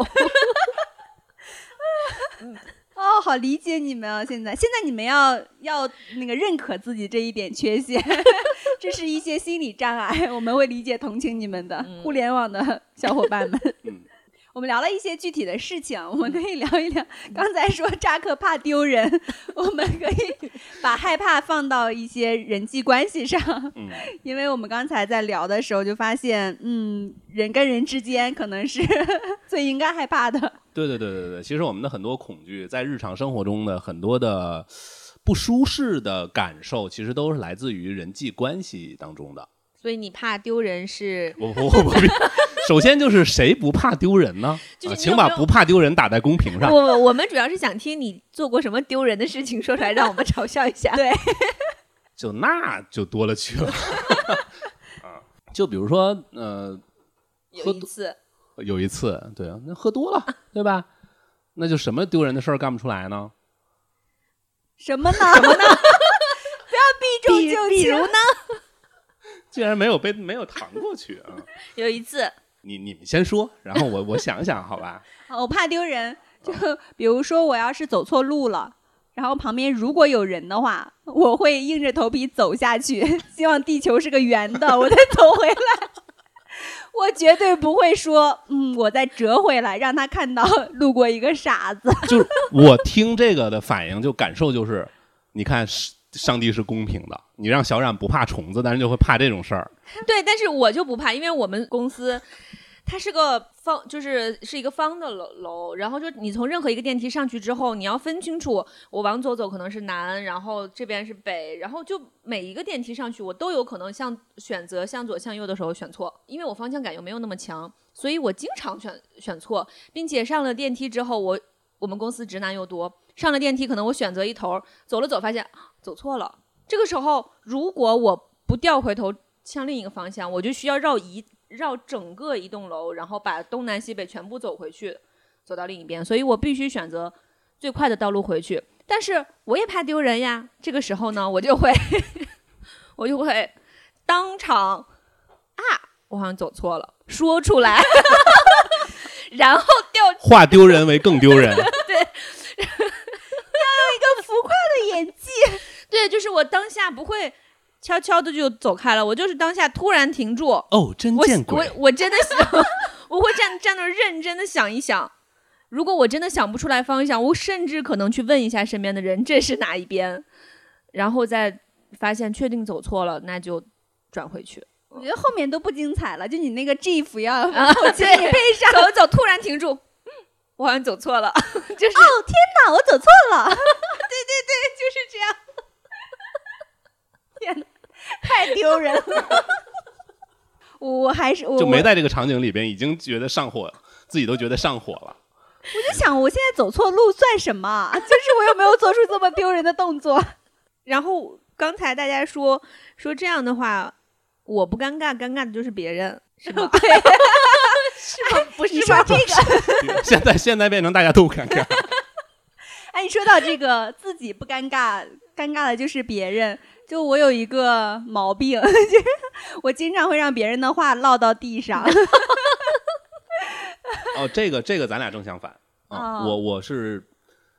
哦，好理解你们啊！现在现在你们要要那个认可自己这一点缺陷，这是一些心理障碍，我们会理解同情你们的、嗯、互联网的小伙伴们。 嗯， 我们聊了一些具体的事情，我们可以聊一聊。刚才说扎克怕丢人，我们可以把害怕放到一些人际关系上。嗯，因为我们刚才在聊的时候就发现，嗯，人跟人之间可能是最应该害怕的。 对对对对对，其实我们的很多恐惧，在日常生活中的很多的不舒适的感受，其实都是来自于人际关系当中的。 所以你怕丢人是？ 我我我，首先就是谁不怕丢人呢？ 就是啊、请把不怕丢人打在公屏上。 我我们主要是想听你做过什么丢人的事情，说出来让我们嘲笑一下。 对， 就那就多了去了。啊，就比如说呃， 有一次， 有一次，对啊，那喝多了，对吧？那就什么丢人的事儿干不出来呢？ 什么呢？什么呢？不要避重就轻。 比如呢？ 竟然没有被没有弹过去啊！ 有一次， 你你们先说，然后我我想想，好吧？ 我怕丢人，就比如说我要是走错路了，然后旁边如果有人的话，我会硬着头皮走下去，希望地球是个圆的，我再走回来。我绝对不会说，嗯，我再折回来，让他看到路过一个傻子。 就是我听这个的反应，就感受就是，你看上帝是公平的，你让小冉不怕虫子，但是就会怕这种事儿。 对，但是我就不怕，因为我们公司它是个方，就是是一个方的楼楼，然后就你从任何一个电梯上去之后，你要分清楚，我往左走可能是南，然后这边是北，然后就每一个电梯上去，我都有可能向选择向左向右的时候选错，因为我方向感又没有那么强，所以我经常选选错，并且上了电梯之后，我我们公司直男又多，上了电梯可能我选择一头，走了走发现走错了，这个时候如果我不调回头向另一个方向，我就需要绕一绕整个一栋楼，然后把东南西北全部走回去，走到另一边，所以我必须选择最快的道路回去。但是我也怕丢人呀，这个时候呢，我就会我就会当场啊，我好像走错了，说出来，然后调化丢人为更丢人。 对， 要有一个浮夸的演技。 对，就是我当下不会悄悄的就走开了，我就是当下突然停住。 哦，真见鬼！ 我我, 我真的想，我会站站那认真的想一想。如果我真的想不出来方向，我甚至可能去问一下身边的人，这是哪一边，然后再发现确定走错了，那就转回去。 我觉得后面都不精彩了，就你那个 gif 要啊，对，配上走走，突然停住，嗯，我好像走错了，就是哦天哪，我走错了， 对对对，就是这样。 天哪，太丢人了！我还是我就没在这个场景里边，已经觉得上火，自己都觉得上火了。 我就想，我现在走错路算什么？就是我又没有做出这么丢人的动作。 然后刚才大家说说这样的话，我不尴尬，尴尬的就是别人，是吗？ 对， 是吗？不是， 你说这个， 现在现在变成大家都尴尬。 哎，你说到这个，自己不尴尬，尴尬的就是别人。就我有一个毛病，就是我经常会让别人的话落到地上。 哦，这个这个咱俩正相反啊、 哦！ 我我是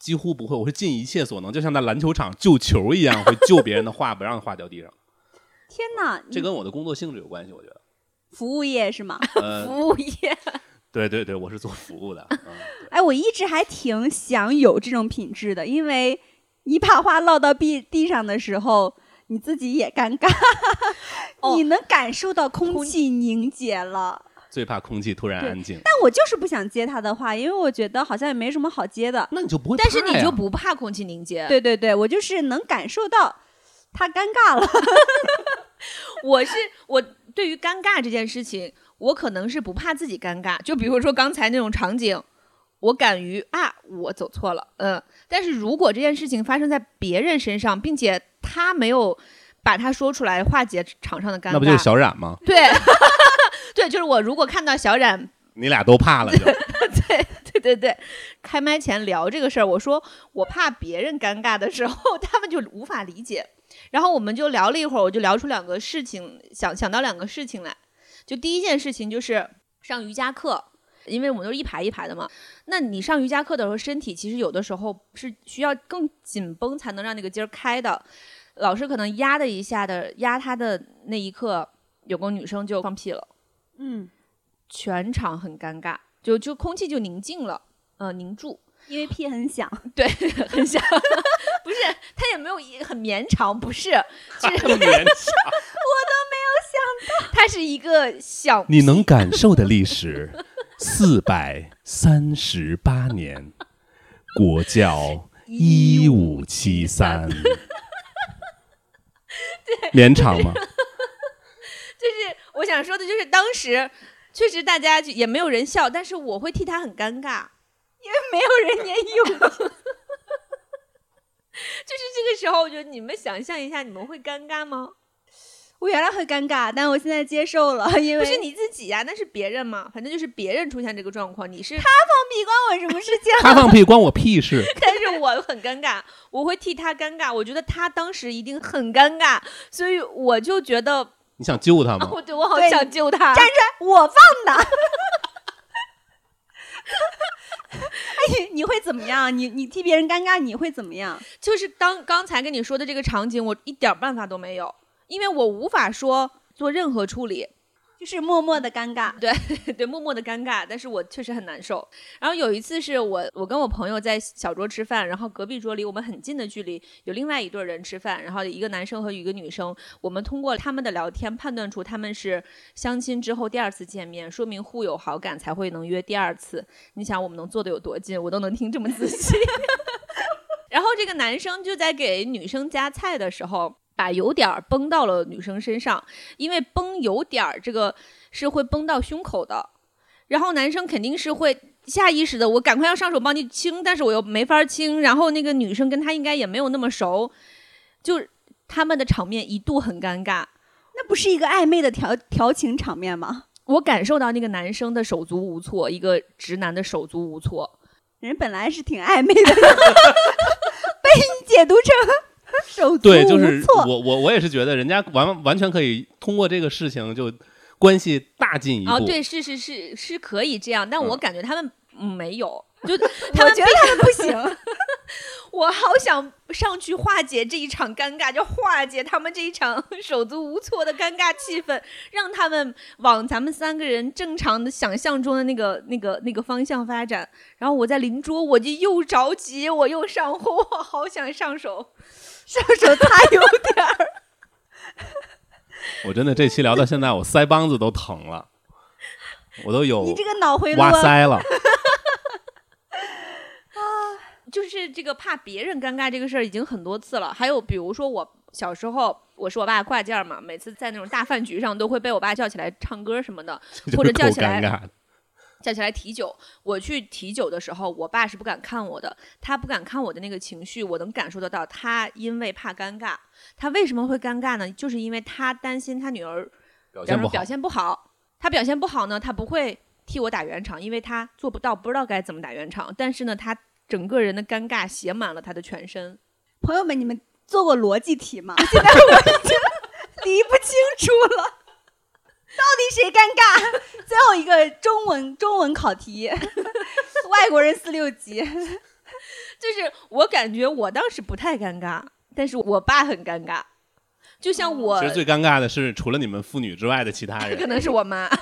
几乎不会，我是尽一切所能，就像在篮球场救球一样，会救别人的画，不让画掉地上。 天哪， 这跟我的工作性质有关系，我觉得。 服务业是吗？ 呃、 服务业。 对对对，我是做服务的。嗯、 哎，我一直还挺想有这种品质的，因为你把花落到地地上的时候，你自己也尴尬，哦、你能感受到空气凝结了。 最怕空气突然安静。 但我就是不想接他的话，因为我觉得好像也没什么好接的。 那你就不会怕呀？ 但是你就不怕空气凝结？ 对对对，我就是能感受到他尴尬了。 我是我对于尴尬这件事情，我可能是不怕自己尴尬。就比如说刚才那种场景，我敢于啊，我走错了，嗯。但是如果这件事情发生在别人身上，并且他没有把它说出来化解场上的尴尬， 那不就是小冉吗？ 对。对，就是我如果看到小冉， 你俩都怕了就。 对对对对，开麦前聊这个事儿，我说我怕别人尴尬的时候，他们就无法理解。然后我们就聊了一会儿，我就聊出两个事情，想想到两个事情来。就第一件事情就是上瑜伽课，因为我们都是一排一排的嘛。那你上瑜伽课的时候，身体其实有的时候是需要更紧绷才能让那个筋儿开的。老师可能压的一下的压他的那一刻，有个女生就放屁了。 嗯， 全场很尴尬，就就空气就宁静了，呃，凝住， 因为屁很响， 对，很响，不是，它也没有很绵长，不是，是很绵长，我都没有想到， 它是一个小， 你能感受的历史，四百三十八年，国教一五七三，绵长吗？ 就是我想说的，就是当时确实大家也没有人笑，但是我会替他很尴尬， 因为没有人也有。 就是这个时候，我觉得你们想象一下，你们会尴尬吗？ 我原来会尴尬，但我现在接受了，因为不是你自己呀、啊，那是别人嘛，反正就是别人出现这个状况，你是他放屁关我什么事情？ 他放屁关我屁事。 但是我很尴尬，我会替他尴尬，我觉得他当时一定很尴尬，所以我就觉得。 你想救他吗？ 我对我好想救他。 站出来，我放的。哎，你会怎么样？你你替别人尴尬，你会怎么样？ 就是当刚才跟你说的这个场景，我一点办法都没有，因为我无法说做任何处理。 就是默默的尴尬， 对对，默默的尴尬，但是我确实很难受。然后有一次是我我跟我朋友在小桌吃饭，然后隔壁桌离我们很近的距离有另外一对人吃饭，然后一个男生和一个女生，我们通过他们的聊天判断出他们是相亲之后第二次见面，说明互有好感才会能约第二次。你想我们能坐得有多近，我都能听这么仔细。然后这个男生就在给女生夹菜的时候把油点崩到了女生身上，因为崩油点这个是会崩到胸口的，然后男生肯定是会下意识的，我赶快要上手帮你清，但是我又没法清，然后那个女生跟他应该也没有那么熟，就他们的场面一度很尴尬。 那不是一个暧昧的调调情场面吗？ 我感受到那个男生的手足无措，一个直男的手足无措。 人本来是挺暧昧的，被你解读成手足无措。 对，就是我我我也是觉得人家完完全可以通过这个事情就关系大进一步。 哦，对，是是是是可以这样，但我感觉他们、嗯、没有，就他们觉得他们不行。 我好想上去化解这一场尴尬，就化解他们这一场手足无措的尴尬气氛，让他们往咱们三个人正常的想象中的那个那个那个方向发展。然后我在邻桌，我就又着急，我又上火，我好想上手， 上手擦油点儿。 我真的这期聊到现在，我腮帮子都疼了，我都有你这个脑回路挖腮了。 就是这个怕别人尴尬这个事儿已经很多次了。还有比如说我小时候，我是我爸挂件嘛，每次在那种大饭局上都会被我爸叫起来唱歌什么的，或者叫起来叫起来提酒。我去提酒的时候，我爸是不敢看我的，他不敢看我的那个情绪，我能感受得到。他因为怕尴尬，他为什么会尴尬呢？就是因为他担心他女儿表现不好， 表现不好。他表现不好呢，他不会替我打圆场，因为他做不到，不知道该怎么打圆场。但是呢，他整个人的尴尬写满了他的全身。 朋友们，你们做过逻辑题吗？现在我已经理不清楚了，到底谁尴尬？最后一个中文中文考题，外国人四六级。 就是我感觉我当时不太尴尬，但是我爸很尴尬。就像我， 其实最尴尬的是除了你们父女之外的其他人， 可能是我妈。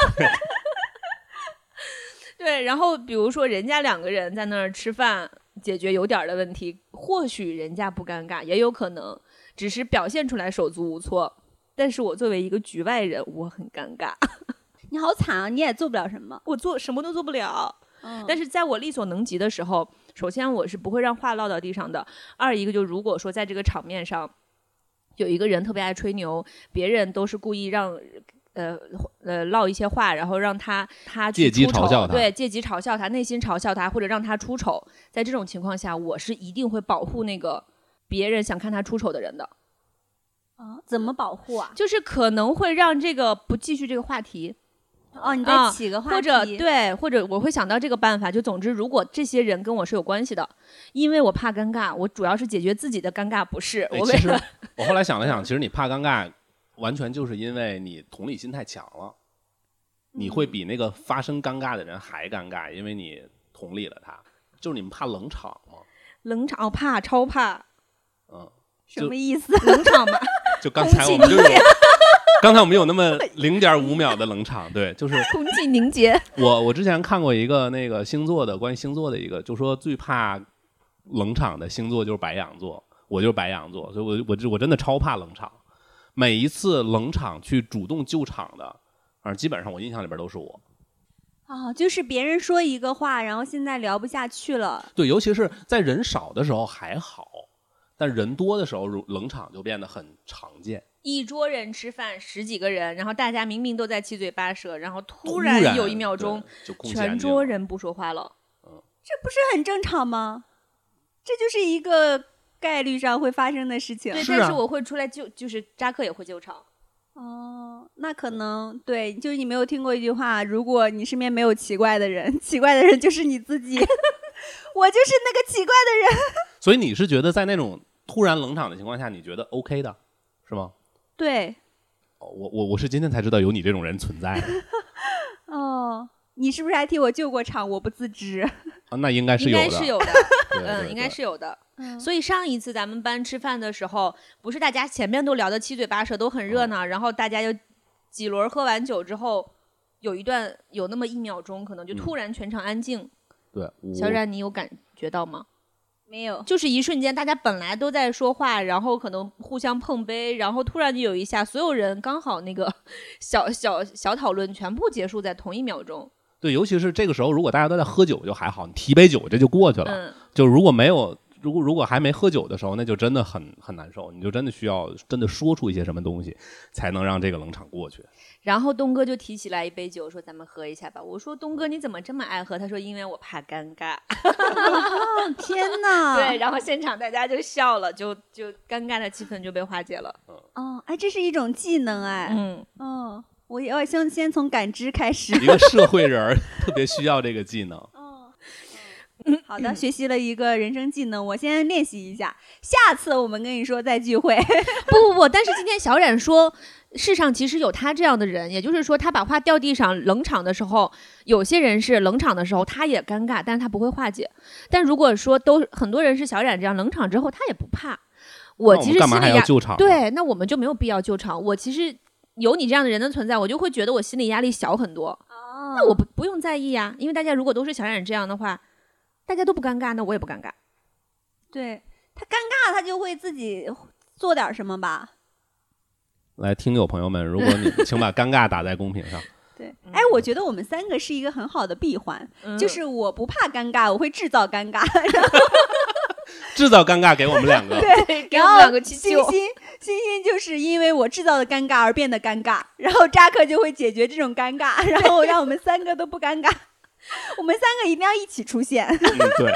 对，然后比如说人家两个人在那儿吃饭，解决有点的问题，或许人家不尴尬，也有可能只是表现出来手足无措。但是我作为一个局外人，我很尴尬。 你好惨啊，你也做不了什么， 我做什么都做不了。 嗯、 但是在我力所能及的时候，首先我是不会让话落到地上的。二一个就如果说在这个场面上有一个人特别爱吹牛，别人都是故意让呃呃唠一些话，然后让他他去借机出丑嘲笑他， 对，借机嘲笑他，内心嘲笑他，或者让他出丑。在这种情况下，我是一定会保护那个别人想看他出丑的人的。 啊，怎么保护啊？ 就是可能会让这个不继续这个话题。 哦，你再起个话题、 啊、或者对，或者我会想到这个办法。就总之，如果这些人跟我是有关系的，因为我怕尴尬，我主要是解决自己的尴尬不适。我为其实我后来想了想，其实你怕尴尬，完全就是因为你同理心太强了，你会比那个发生尴尬的人还尴尬，因为你同理了他。就是你们怕冷场吗？ 冷场、哦、怕，超怕。 嗯，什么意思？ 冷场嘛？ 就刚才我们就有。刚才我们有那么零点五秒的冷场，对，就是空气凝结。 我我之前看过一个那个星座的关于星座的一个，就说最怕冷场的星座就是白羊座，我就是白羊座，所以我我我真的超怕冷场。每一次冷场去主动救场的，反正基本上我印象里边都是我。 哦，就是别人说一个话，然后现在聊不下去了。 对，尤其是在人少的时候还好，但人多的时候冷场就变得很常见。 一桌人吃饭，十几个人，然后大家明明都在七嘴八舌，然后突突然有一秒钟， 就全桌人不说话了。 嗯， 这不是很正常吗？这就是一个概率上会发生的事情。 对， 是啊、 但是我会出来救，就是扎克也会救场。 哦，那可能对，就是你没有听过一句话，如果你身边没有奇怪的人，奇怪的人就是你自己。我就是那个奇怪的人。 所以你是觉得在那种突然冷场的情况下，你觉得 OK 的，是吗？ 对， 哦、我我我是今天才知道有你这种人存在的。 哦，你是不是还替我救过场？我不自知。 啊，那应该是有的， 应该是有的， 对对对嗯，应该是有的。 嗯、 所以上一次咱们班吃饭的时候，不是大家前面都聊得七嘴八舌，都很热闹，嗯、然后大家就几轮喝完酒之后，有一段有那么一秒钟，可能就突然全场安静。 嗯、对， 小冉，你有感觉到吗？ 没有， 就是一瞬间，大家本来都在说话，然后可能互相碰杯，然后突然就有一下，所有人刚好那个小小小讨论全部结束在同一秒钟。 对，尤其是这个时候，如果大家都在喝酒就还好，你提杯酒这就过去了。 嗯、 就如果没有，如果如果还没喝酒的时候，那就真的很很难受，你就真的需要真的说出一些什么东西，才能让这个冷场过去。 然后东哥就提起来一杯酒，说咱们喝一下吧。我说东哥你怎么这么爱喝？他说因为我怕尴尬。 哦、天哪！ 对，然后现场大家就笑了，就就尴尬的气氛就被化解了。 哦，哎，这是一种技能哎。 嗯， 哦，我要先先从感知开始。 一个社会人特别需要这个技能。 哦，嗯、好的，学习了一个人生技能，我先练习一下。下次我们跟你说再聚会。 不不不，但是今天小冉说。世上其实有他这样的人，也就是说他把话掉地上冷场的时候，有些人是冷场的时候他也尴尬，但是他不会化解。但如果说都很多人是小冉这样，冷场之后他也不怕。我其实心里压对，那我们就没有必要救场。我其实有你这样的人的存在，我就会觉得我心理压力小很多。 哦， 那我不不用在意呀，因为大家如果都是小冉这样的话，大家都不尴尬，那我也不尴尬。 对，他尴尬他就会自己做点什么吧。 来，听友朋友们，如果你请把尴尬打在公屏上。 对，哎，我觉得我们三个是一个很好的闭环，嗯、就是我不怕尴尬，我会制造尴尬， 制造尴尬给我们两个。 对，然后欣欣欣欣就是因为我制造的尴尬而变得尴尬，然后扎克就会解决这种尴尬，然后让我们三个都不尴尬。我们三个一定要一起出现。 嗯，对。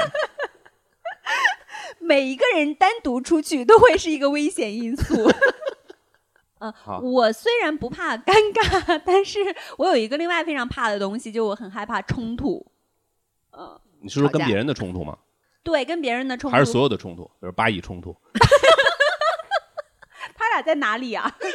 每一个人单独出去都会是一个危险因素。呃，我虽然不怕尴尬，但是我有一个另外非常怕的东西，就我很害怕冲突。呃， 你是说跟别人的冲突吗？ 对，跟别人的冲突。 还是所有的冲突，比如巴以冲突？ 他俩在哪里啊？我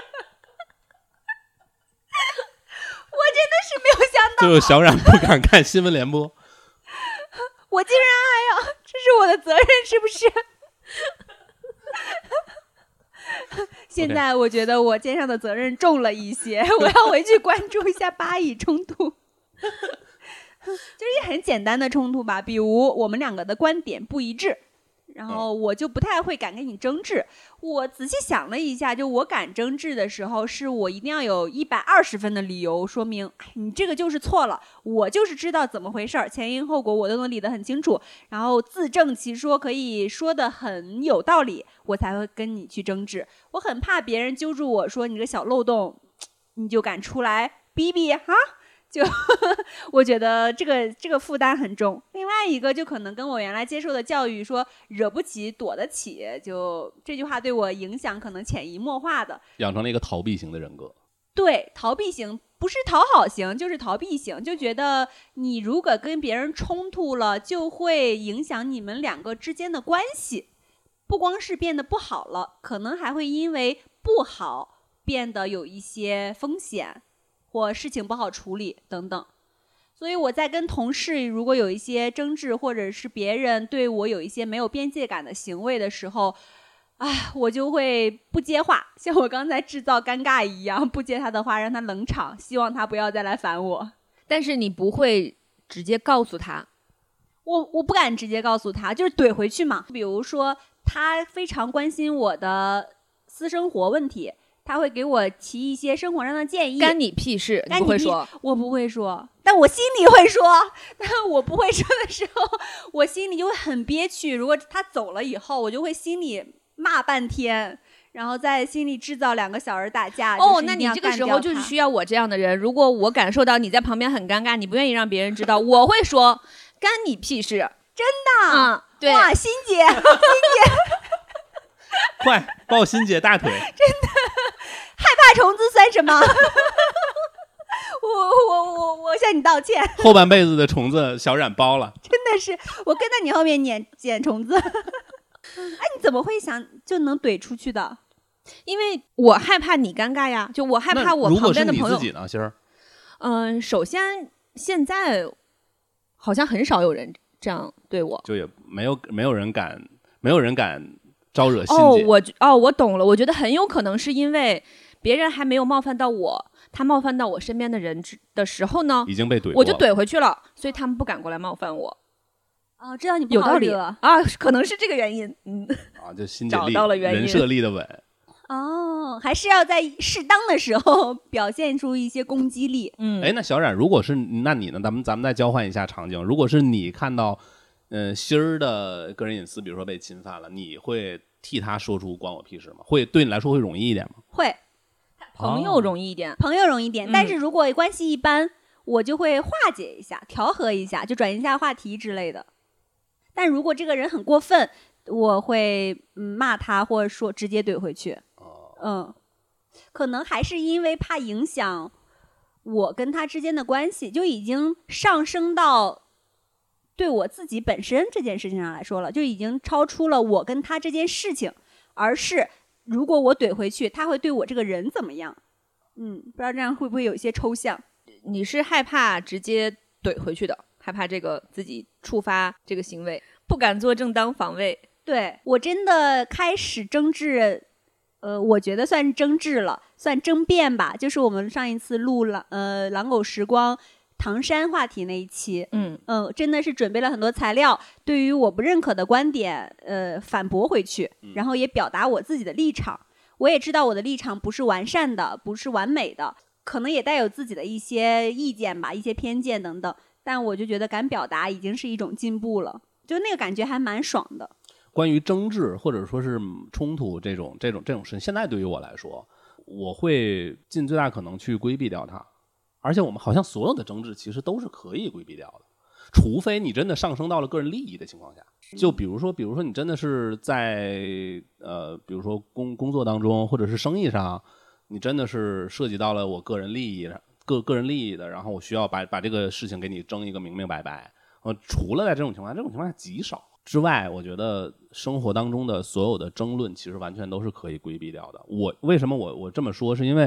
真的是没有想到， 就是小冉不敢看新闻联播。 我竟然还要，这是我的责任，是不是？现在我觉得我肩上的责任重了一些，我要回去关注一下巴以冲突。就是也很简单的冲突吧，比如我们两个的观点不一致，然后我就不太会敢跟你争执。我仔细想了一下，就我敢争执的时候，是我一定要有一百二十分的理由说明，哎，你这个就是错了，我就是知道怎么回事儿，前因后果我都能理得很清楚，然后自证其说，可以说得很有道理，我才会跟你去争执。我很怕别人揪住我说你这小漏洞，你就敢出来逼逼哈。就我觉得这个这个负担很重。另外一个就可能跟我原来接受的教育说惹不起躲得起，就这句话对我影响可能潜移默化的， 养成了一个逃避型的人格。 对，逃避型，不是讨好型就是逃避型，就觉得你如果跟别人冲突了，就会影响你们两个之间的关系，不光是变得不好了，可能还会因为不好变得有一些风险或事情不好处理等等。所以我在跟同事如果有一些争执，或者是别人对我有一些没有边界感的行为的时候，哎，我就会不接话，像我刚才制造尴尬一样，不接他的话，让他冷场，希望他不要再来烦我。 但是你不会直接告诉他？ 我我不敢直接告诉他，就是怼回去嘛。比如说他非常关心我的私生活问题，他会给我提一些生活上的建议。 干你屁事，你不会说？ 我不会说，但我心里会说。但我不会说的时候，我心里就会很憋屈。如果他走了以后，我就会心里骂半天，然后在心里制造两个小人打架。 哦， 就是、 那你这个时候就是需要我这样的人。如果我感受到你在旁边很尴尬，你不愿意让别人知道，我会说干你屁事。 真的？ 嗯，对。 哇，欣姐，欣姐。 快抱欣姐大腿！真的，害怕虫子算什么？我我我我向你道歉。 后半辈子的虫子小冉包了。 真的是，我跟在你后面撵捡虫子。哎，你怎么会想就能怼出去的？ 因为我害怕你尴尬呀，就我害怕我旁边的朋友。 如果是你自己呢，心儿？ 嗯、呃，首先现在好像很少有人这样对我， 就也没有没有人敢，没有人敢招惹欣姐。 哦，我哦，我懂了。我觉得很有可能是因为别人还没有冒犯到我，他冒犯到我身边的人的时候呢， 已经被怼过了， 我就怼回去了，所以他们不敢过来冒犯我。 哦，这样你不有道理啊， 可能是这个原因。嗯， 啊，就欣姐找到了原因， 人设立的稳。 哦，还是要在适当的时候表现出一些攻击力。 嗯， 哎，那小冉，如果是那你呢？咱们咱们再交换一下场景。如果是你看到，呃，欣儿的个人隐私，比如说被侵犯了，你会替他说出关我屁事吗？会对你来说会容易一点吗？ 会， 朋友容易一点， 哦、朋友容易一点、 嗯。 但是如果关系一般，我就会化解一下，调和一下，就转移一下话题之类的。但如果这个人很过分，我会嗯骂他，或者说直接怼回去。 哦， 嗯，可能还是因为怕影响我跟他之间的关系，就已经上升到对我自己本身这件事情上来说了，就已经超出了我跟他这件事情，而是如果我怼回去，他会对我这个人怎么样？嗯，不知道这样会不会有一些抽象？ 你是害怕直接怼回去的，害怕这个自己触发这个行为，不敢做正当防卫。 对，我真的开始争执，呃，我觉得算是争执了，算争辩吧。就是我们上一次录了呃狼狗时光唐山话题那一期， 嗯嗯、呃，真的是准备了很多材料，对于我不认可的观点，呃，反驳回去，然后也表达我自己的立场。我也知道我的立场不是完善的，不是完美的，可能也带有自己的一些意见吧，一些偏见等等。但我就觉得敢表达已经是一种进步了，就那个感觉还蛮爽的。 关于争执或者说是冲突这种这种这种事，现在对于我来说，我会尽最大可能去规避掉它。而且我们好像所有的争执其实都是可以规避掉的，除非你真的上升到了个人利益的情况下。就比如说，比如说你真的是在呃，比如说工工作当中或者是生意上，你真的是涉及到了我个人利益个个人利益的，然后我需要把把这个事情给你争一个明明白白。呃，除了在这种情况下，这种情况下极少之外，我觉得生活当中的所有的争论其实完全都是可以规避掉的。我为什么我我这么说，是因为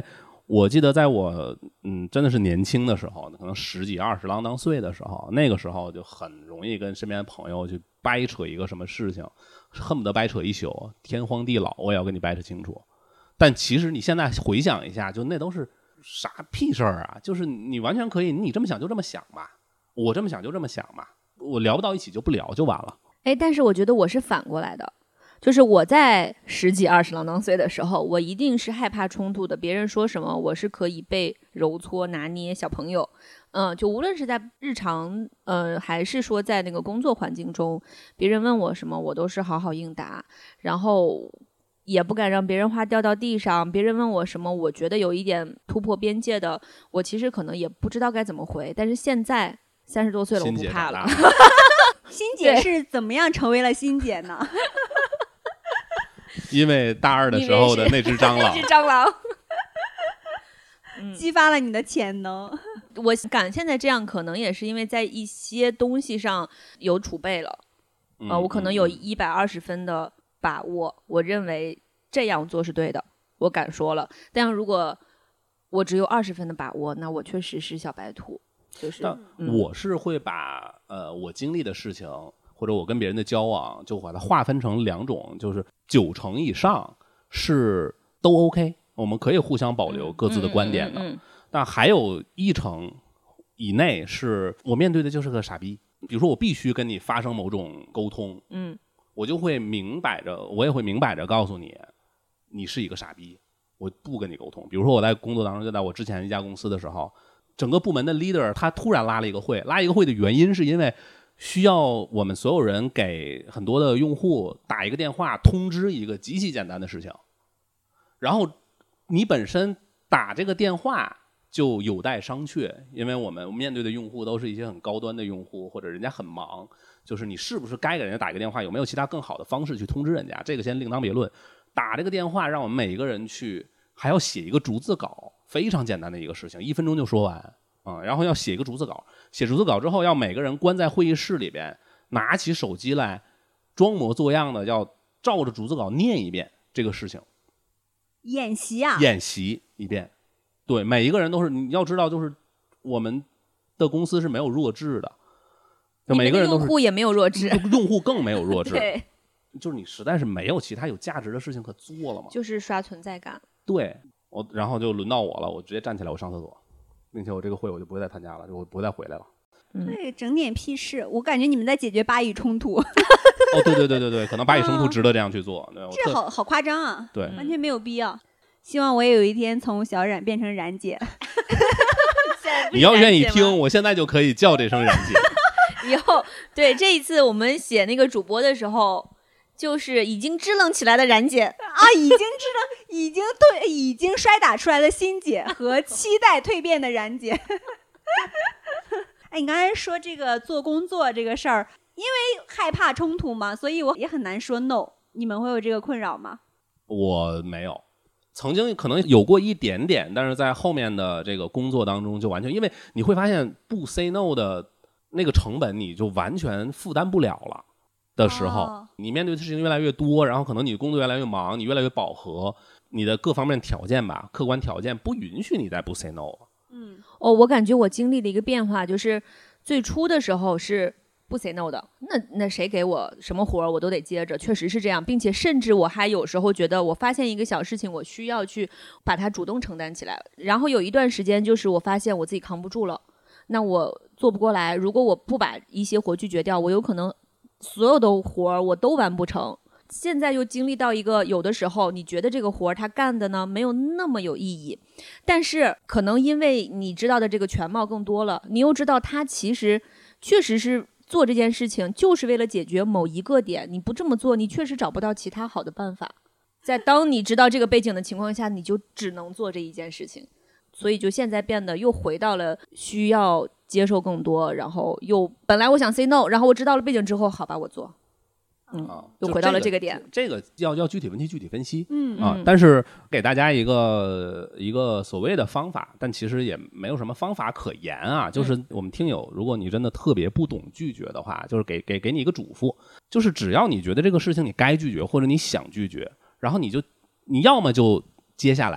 我记得在我嗯真的是年轻的时候，可能十几二十郎当岁的时候，那个时候就很容易跟身边的朋友去掰扯一个什么事情，恨不得掰扯一宿，天荒地老我也要跟你掰扯清楚。但其实你现在回想一下，就那都是啥屁事儿啊！就是你完全可以，你这么想就这么想吧，我这么想就这么想吧，我聊不到一起就不聊就完了。 哎，但是我觉得我是反过来的。就是我在十几二十郎当岁的时候，我一定是害怕冲突的。别人说什么，我是可以被揉搓拿捏。小朋友，嗯、呃，就无论是在日常，呃，还是说在那个工作环境中，别人问我什么，我都是好好应答，然后也不敢让别人话掉到地上。别人问我什么，我觉得有一点突破边界的，我其实可能也不知道该怎么回。但是现在三十多岁了，我不怕了。 欣姐是怎么样成为了欣姐呢？ 因为大二的时候的那只蟑螂， 那只蟑螂激发了你的潜能。 我敢现在这样，可能也是因为在一些东西上有储备了。 嗯、 呃，我可能有一百二十分的把握，我认为这样做是对的，我敢说了。但如果我只有二十分的把握，那我确实是小白兔。就是， 嗯、我是会把呃我经历的事情，或者我跟别人的交往，就把它划分成两种，就是九成以上是都 OK， 我们可以互相保留各自的观点的，嗯嗯嗯嗯，但还有一成以内是我面对的就是个傻逼。比如说我必须跟你发生某种沟通，嗯，我就会明摆着，我也会明摆着告诉你，你是一个傻逼，我不跟你沟通。比如说我在工作当中，就在我之前一家公司的时候，整个部门的 leader 他突然拉了一个会，拉一个会的原因是因为需要我们所有人给很多的用户打一个电话通知一个极其简单的事情，然后你本身打这个电话就有待商榷，因为我们面对的用户都是一些很高端的用户，或者人家很忙，就是你是不是该给人家打一个电话，有没有其他更好的方式去通知人家，这个先另当别论。打这个电话让我们每一个人去还要写一个逐字稿，非常简单的一个事情，一分钟就说完啊、嗯，然后要写一个逐字稿，写逐字稿之后要每个人关在会议室里边，拿起手机来装模作样的要照着逐字稿念一遍这个事情， 演习啊， 演习一遍。对，每一个人都是，你要知道，就是我们的公司是没有弱智的，就每个人都是， 用户也没有弱智， 用户更没有弱智， 对， 就是你实在是没有其他有价值的事情可做了嘛， 就是刷存在感。 对，我然后就轮到我了，我直接站起来，我上厕所，并且我这个会我就不会再参加了，就我不会再回来了。 对，整点屁事！我感觉你们在解决巴以冲突。 哦，对对对对对，可能巴以冲突值得这样去做。对， 这好好夸张啊！ 对， 完全没有必要。希望我也有一天从小冉变成冉姐。 你要愿意听，我现在就可以叫这声冉姐。 以后对这一次我们写那个主播的时候，就是已经支棱起来的冉姐啊，已经支棱，已经对，已经摔打出来的欣姐和期待蜕变的冉姐。哎，你刚才说这个做工作这个事儿，因为害怕冲突嘛，所以我也很难说 no。你们会有这个困扰吗？ 我没有。曾经可能有过一点点，但是在后面的这个工作当中就完全，因为你会发现不 say no 的那个成本你就完全负担不了了的时候、哦、你面对的事情越来越多，然后可能你工作越来越忙，你越来越饱和，你的各方面条件吧，客观条件不允许你再不 say no 了。 嗯，哦，我感觉我经历了一个变化，就是最初的时候是不 say no 的，那那谁给我什么活我都得接着，确实是这样，并且甚至我还有时候觉得我发现一个小事情，我需要去把它主动承担起来。然后有一段时间就是我发现我自己扛不住了，那我做不过来，如果我不把一些活拒绝掉，我有可能所有的活我都完不成。现在又经历到一个，有的时候你觉得这个活他干的呢没有那么有意义，但是可能因为你知道的这个全貌更多了，你又知道他其实确实是做这件事情就是为了解决某一个点，你不这么做你确实找不到其他好的办法。在当你知道这个背景的情况下，你就只能做这一件事情，所以就现在变得又回到了需要接受更多，然后又本来我想 say no， 然后我知道了背景之后，好吧我做，嗯， 啊、 又回到了这个点。 这个、这个、要要具体问题具体分析， 嗯啊，但是给大家一个一个所谓的方法，但其实也没有什么方法可言啊。就是我们听友，如果你真的特别不懂拒绝的话，就是给给给你一个嘱咐，就是只要你觉得这个事情你该拒绝或者你想拒绝，然后你就你要么就接下来，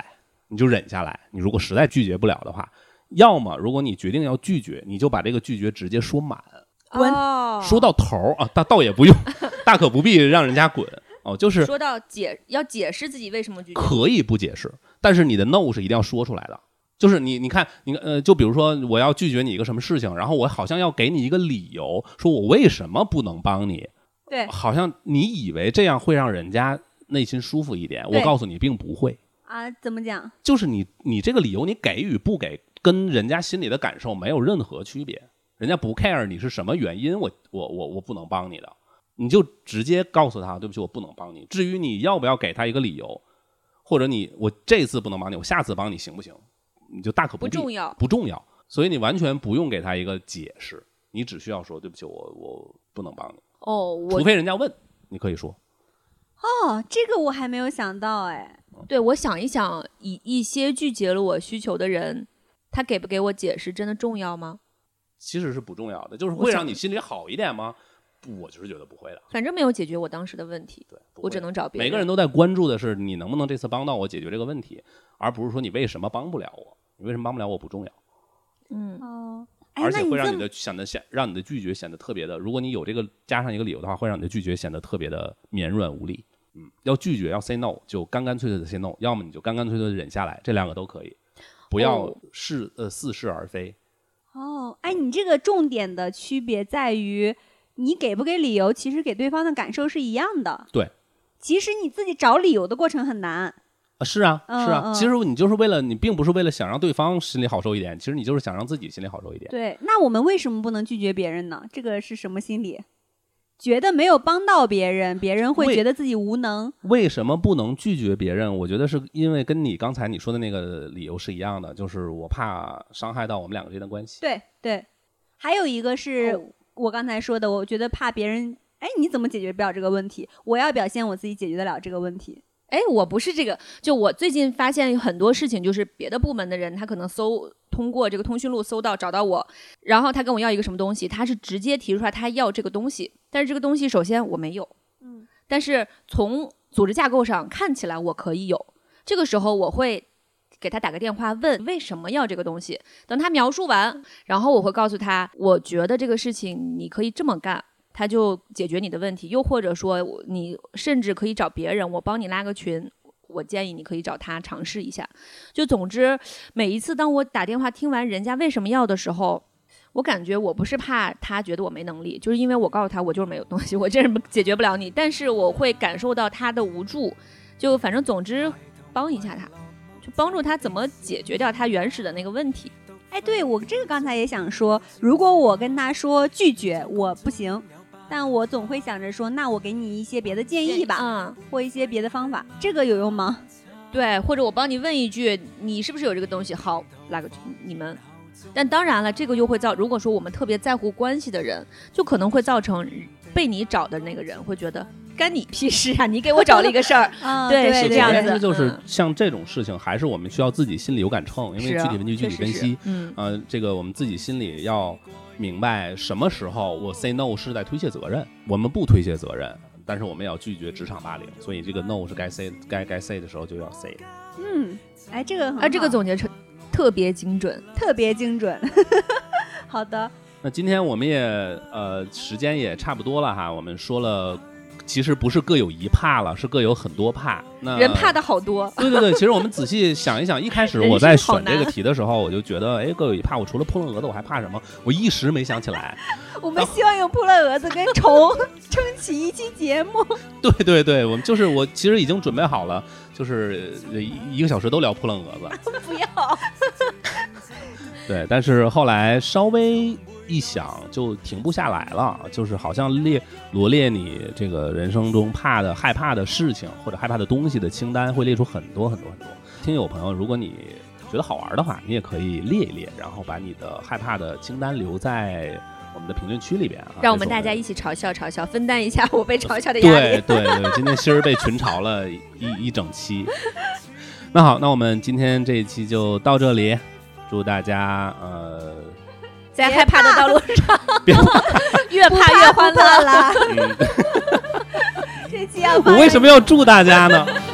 你就忍下来。你如果实在拒绝不了的话，要么如果你决定要拒绝，你就把这个拒绝直接说满， 滚、 哦、 说到头啊，倒倒也不用，大可不必让人家滚哦。就是说到解要解释自己为什么拒绝， 可以不解释，但是你的 no 是一定要说出来的。就是你你看你呃，就比如说我要拒绝你一个什么事情，然后我好像要给你一个理由，说我为什么不能帮你。 对， 好像你以为这样会让人家内心舒服一点，我告诉你并不会啊。怎么讲？ 就是你你这个理由你给与不给跟人家心里的感受没有任何区别，人家不 care 你是什么原因，我我我我不能帮你的，你就直接告诉他对不起我不能帮你。至于你要不要给他一个理由，或者你我这次不能帮你我下次帮你行不行，你就大可不必， 不重要不重要。所以你完全不用给他一个解释，你只需要说对不起我我不能帮你。 哦，我除非人家问你可以说。 哦，这个我还没有想到哎。 对，我想一想，以一些拒绝了我需求的人，他给不给我解释真的重要吗？ 其实是不重要的，就是会让你心里好一点吗？不，我就是觉得不会的。 反正没有解决我当时的问题， 对， 我只能找别人。 每个人都在关注的是你能不能这次帮到我解决这个问题，而不是说你为什么帮不了我，你为什么帮不了我不重要。 嗯哦。 而且会让你的显得显让你的拒绝显得特别的，如果你有这个加上一个理由的话，会让你的拒绝显得特别的绵软无力。嗯，要拒绝要 say no 就干干脆脆的 say no， 要么你就干干脆脆的忍下来，这两个都可以，不要是、哦、呃似是而非。 哦，哎，你这个重点的区别在于，你给不给理由，其实给对方的感受是一样的。 对， 其实你自己找理由的过程很难。 啊，是啊， 嗯、 是啊、 嗯， 其实你就是为了，你并不是为了想让对方心里好受一点，其实你就是想让自己心里好受一点。 对，那我们为什么不能拒绝别人呢？这个是什么心理？觉得没有帮到别人，别人会觉得自己无能。 为什么不能拒绝别人？我觉得是因为跟你刚才你说的那个理由是一样的，就是我怕伤害到我们两个之间的关系。 对对，还有一个是我刚才说的，我觉得怕别人，哎，你怎么解决不了这个问题？我要表现我自己解决得了这个问题。 哎，我不是这个，就我最近发现有很多事情，就是别的部门的人，他可能搜通过这个通讯录搜到找到我，然后他跟我要一个什么东西，他是直接提出来他要这个东西，但是这个东西首先我没有， 嗯， 但是从组织架构上看起来我可以有，这个时候我会给他打个电话问为什么要这个东西，等他描述完，然后我会告诉他，我觉得这个事情你可以这么干。他就解决你的问题，又或者说你甚至可以找别人，我帮你拉个群，我建议你可以找他尝试一下。就总之每一次当我打电话听完人家为什么要的时候，我感觉我不是怕他觉得我没能力，就是因为我告诉他我就是没有东西，我真是解决不了你，但是我会感受到他的无助，就反正总之帮一下他，就帮助他怎么解决掉他原始的那个问题。 哎，对，我这个刚才也想说，如果我跟他说拒绝我不行，但我总会想着说，那我给你一些别的建议吧， 嗯， 或一些别的方法，这个有用吗？ 对，或者我帮你问一句，你是不是有这个东西？好，拉个你们。但当然了，这个又会造，如果说我们特别在乎关系的人，就可能会造成被你找的那个人会觉得干你屁事啊！你给我找了一个事儿， 啊， 对， 对是这样子。 这就是像这种事情，还是我们需要自己心里有杆秤，因为具体问题具体分析。 嗯， 呃，这个我们自己心里要明白什么时候我 say no 是在推卸责任，我们不推卸责任，但是我们要拒绝职场霸凌，所以这个 no 是该 say 该该 say 的时候就要 say。 嗯，哎，这个很好， 啊，这个总结成特别精准， 特别精准。好的， 那今天我们也呃时间也差不多了哈，我们说了。其实不是各有一怕了，是各有很多怕。那人怕的好多。 对对对，其实我们仔细想一想，一开始我在选这个题的时候，我就觉得，哎，各有一怕。我除了扑棱蛾子，我还怕什么？我一时没想起来。 我们希望用扑棱蛾子跟虫撑起一期节目。 对对对，我们就是我其实已经准备好了，就是一个小时都聊扑棱蛾子。 不要。 对，但是后来稍微一想就停不下来了，就是好像列罗列你这个人生中怕的害怕的事情或者害怕的东西的清单，会列出很多很多很多。听友朋友，如果你觉得好玩的话，你也可以列一列，然后把你的害怕的清单留在我们的评论区里边啊， 让我们大家一起嘲笑嘲笑，分担一下我被嘲笑的压力。对对对，今天芯儿被群嘲了一一整期。那好，那我们今天这一期就到这里，祝大家呃。 在害怕的道路上， 别怕越怕越欢乐啦。这期要我为什么要祝大家呢？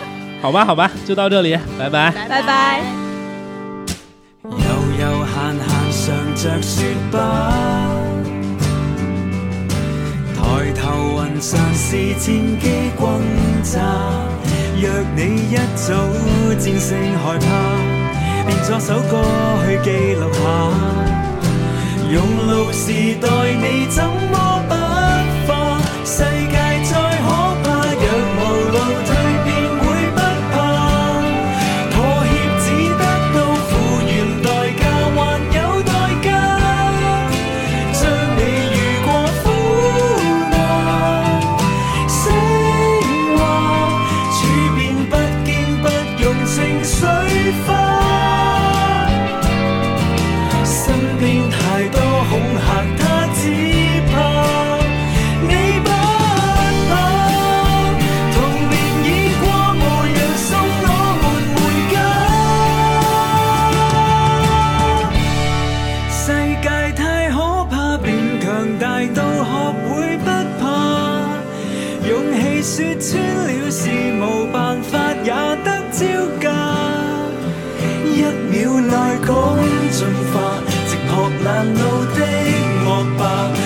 好吧好吧，就到这里，拜拜。 拜拜。 悠悠閒閒常着雪吧，抬頭雲上是戰機轟炸，若你一早戰勝害怕，便作首歌去記錄下，用路時代你怎麼不化，世界再可怕，若無路退便會不怕，妥協只得到付完代價，還有代價，將你遇過苦難升華，處變不驚不用情緒化，身邊太多恐嚇他只怕你不怕，童年已過無人送我們回家，世界太可怕便強大到學會不怕，勇氣說穿了是無辦法也得招架，一秒內講進化直撲爛路的惡霸。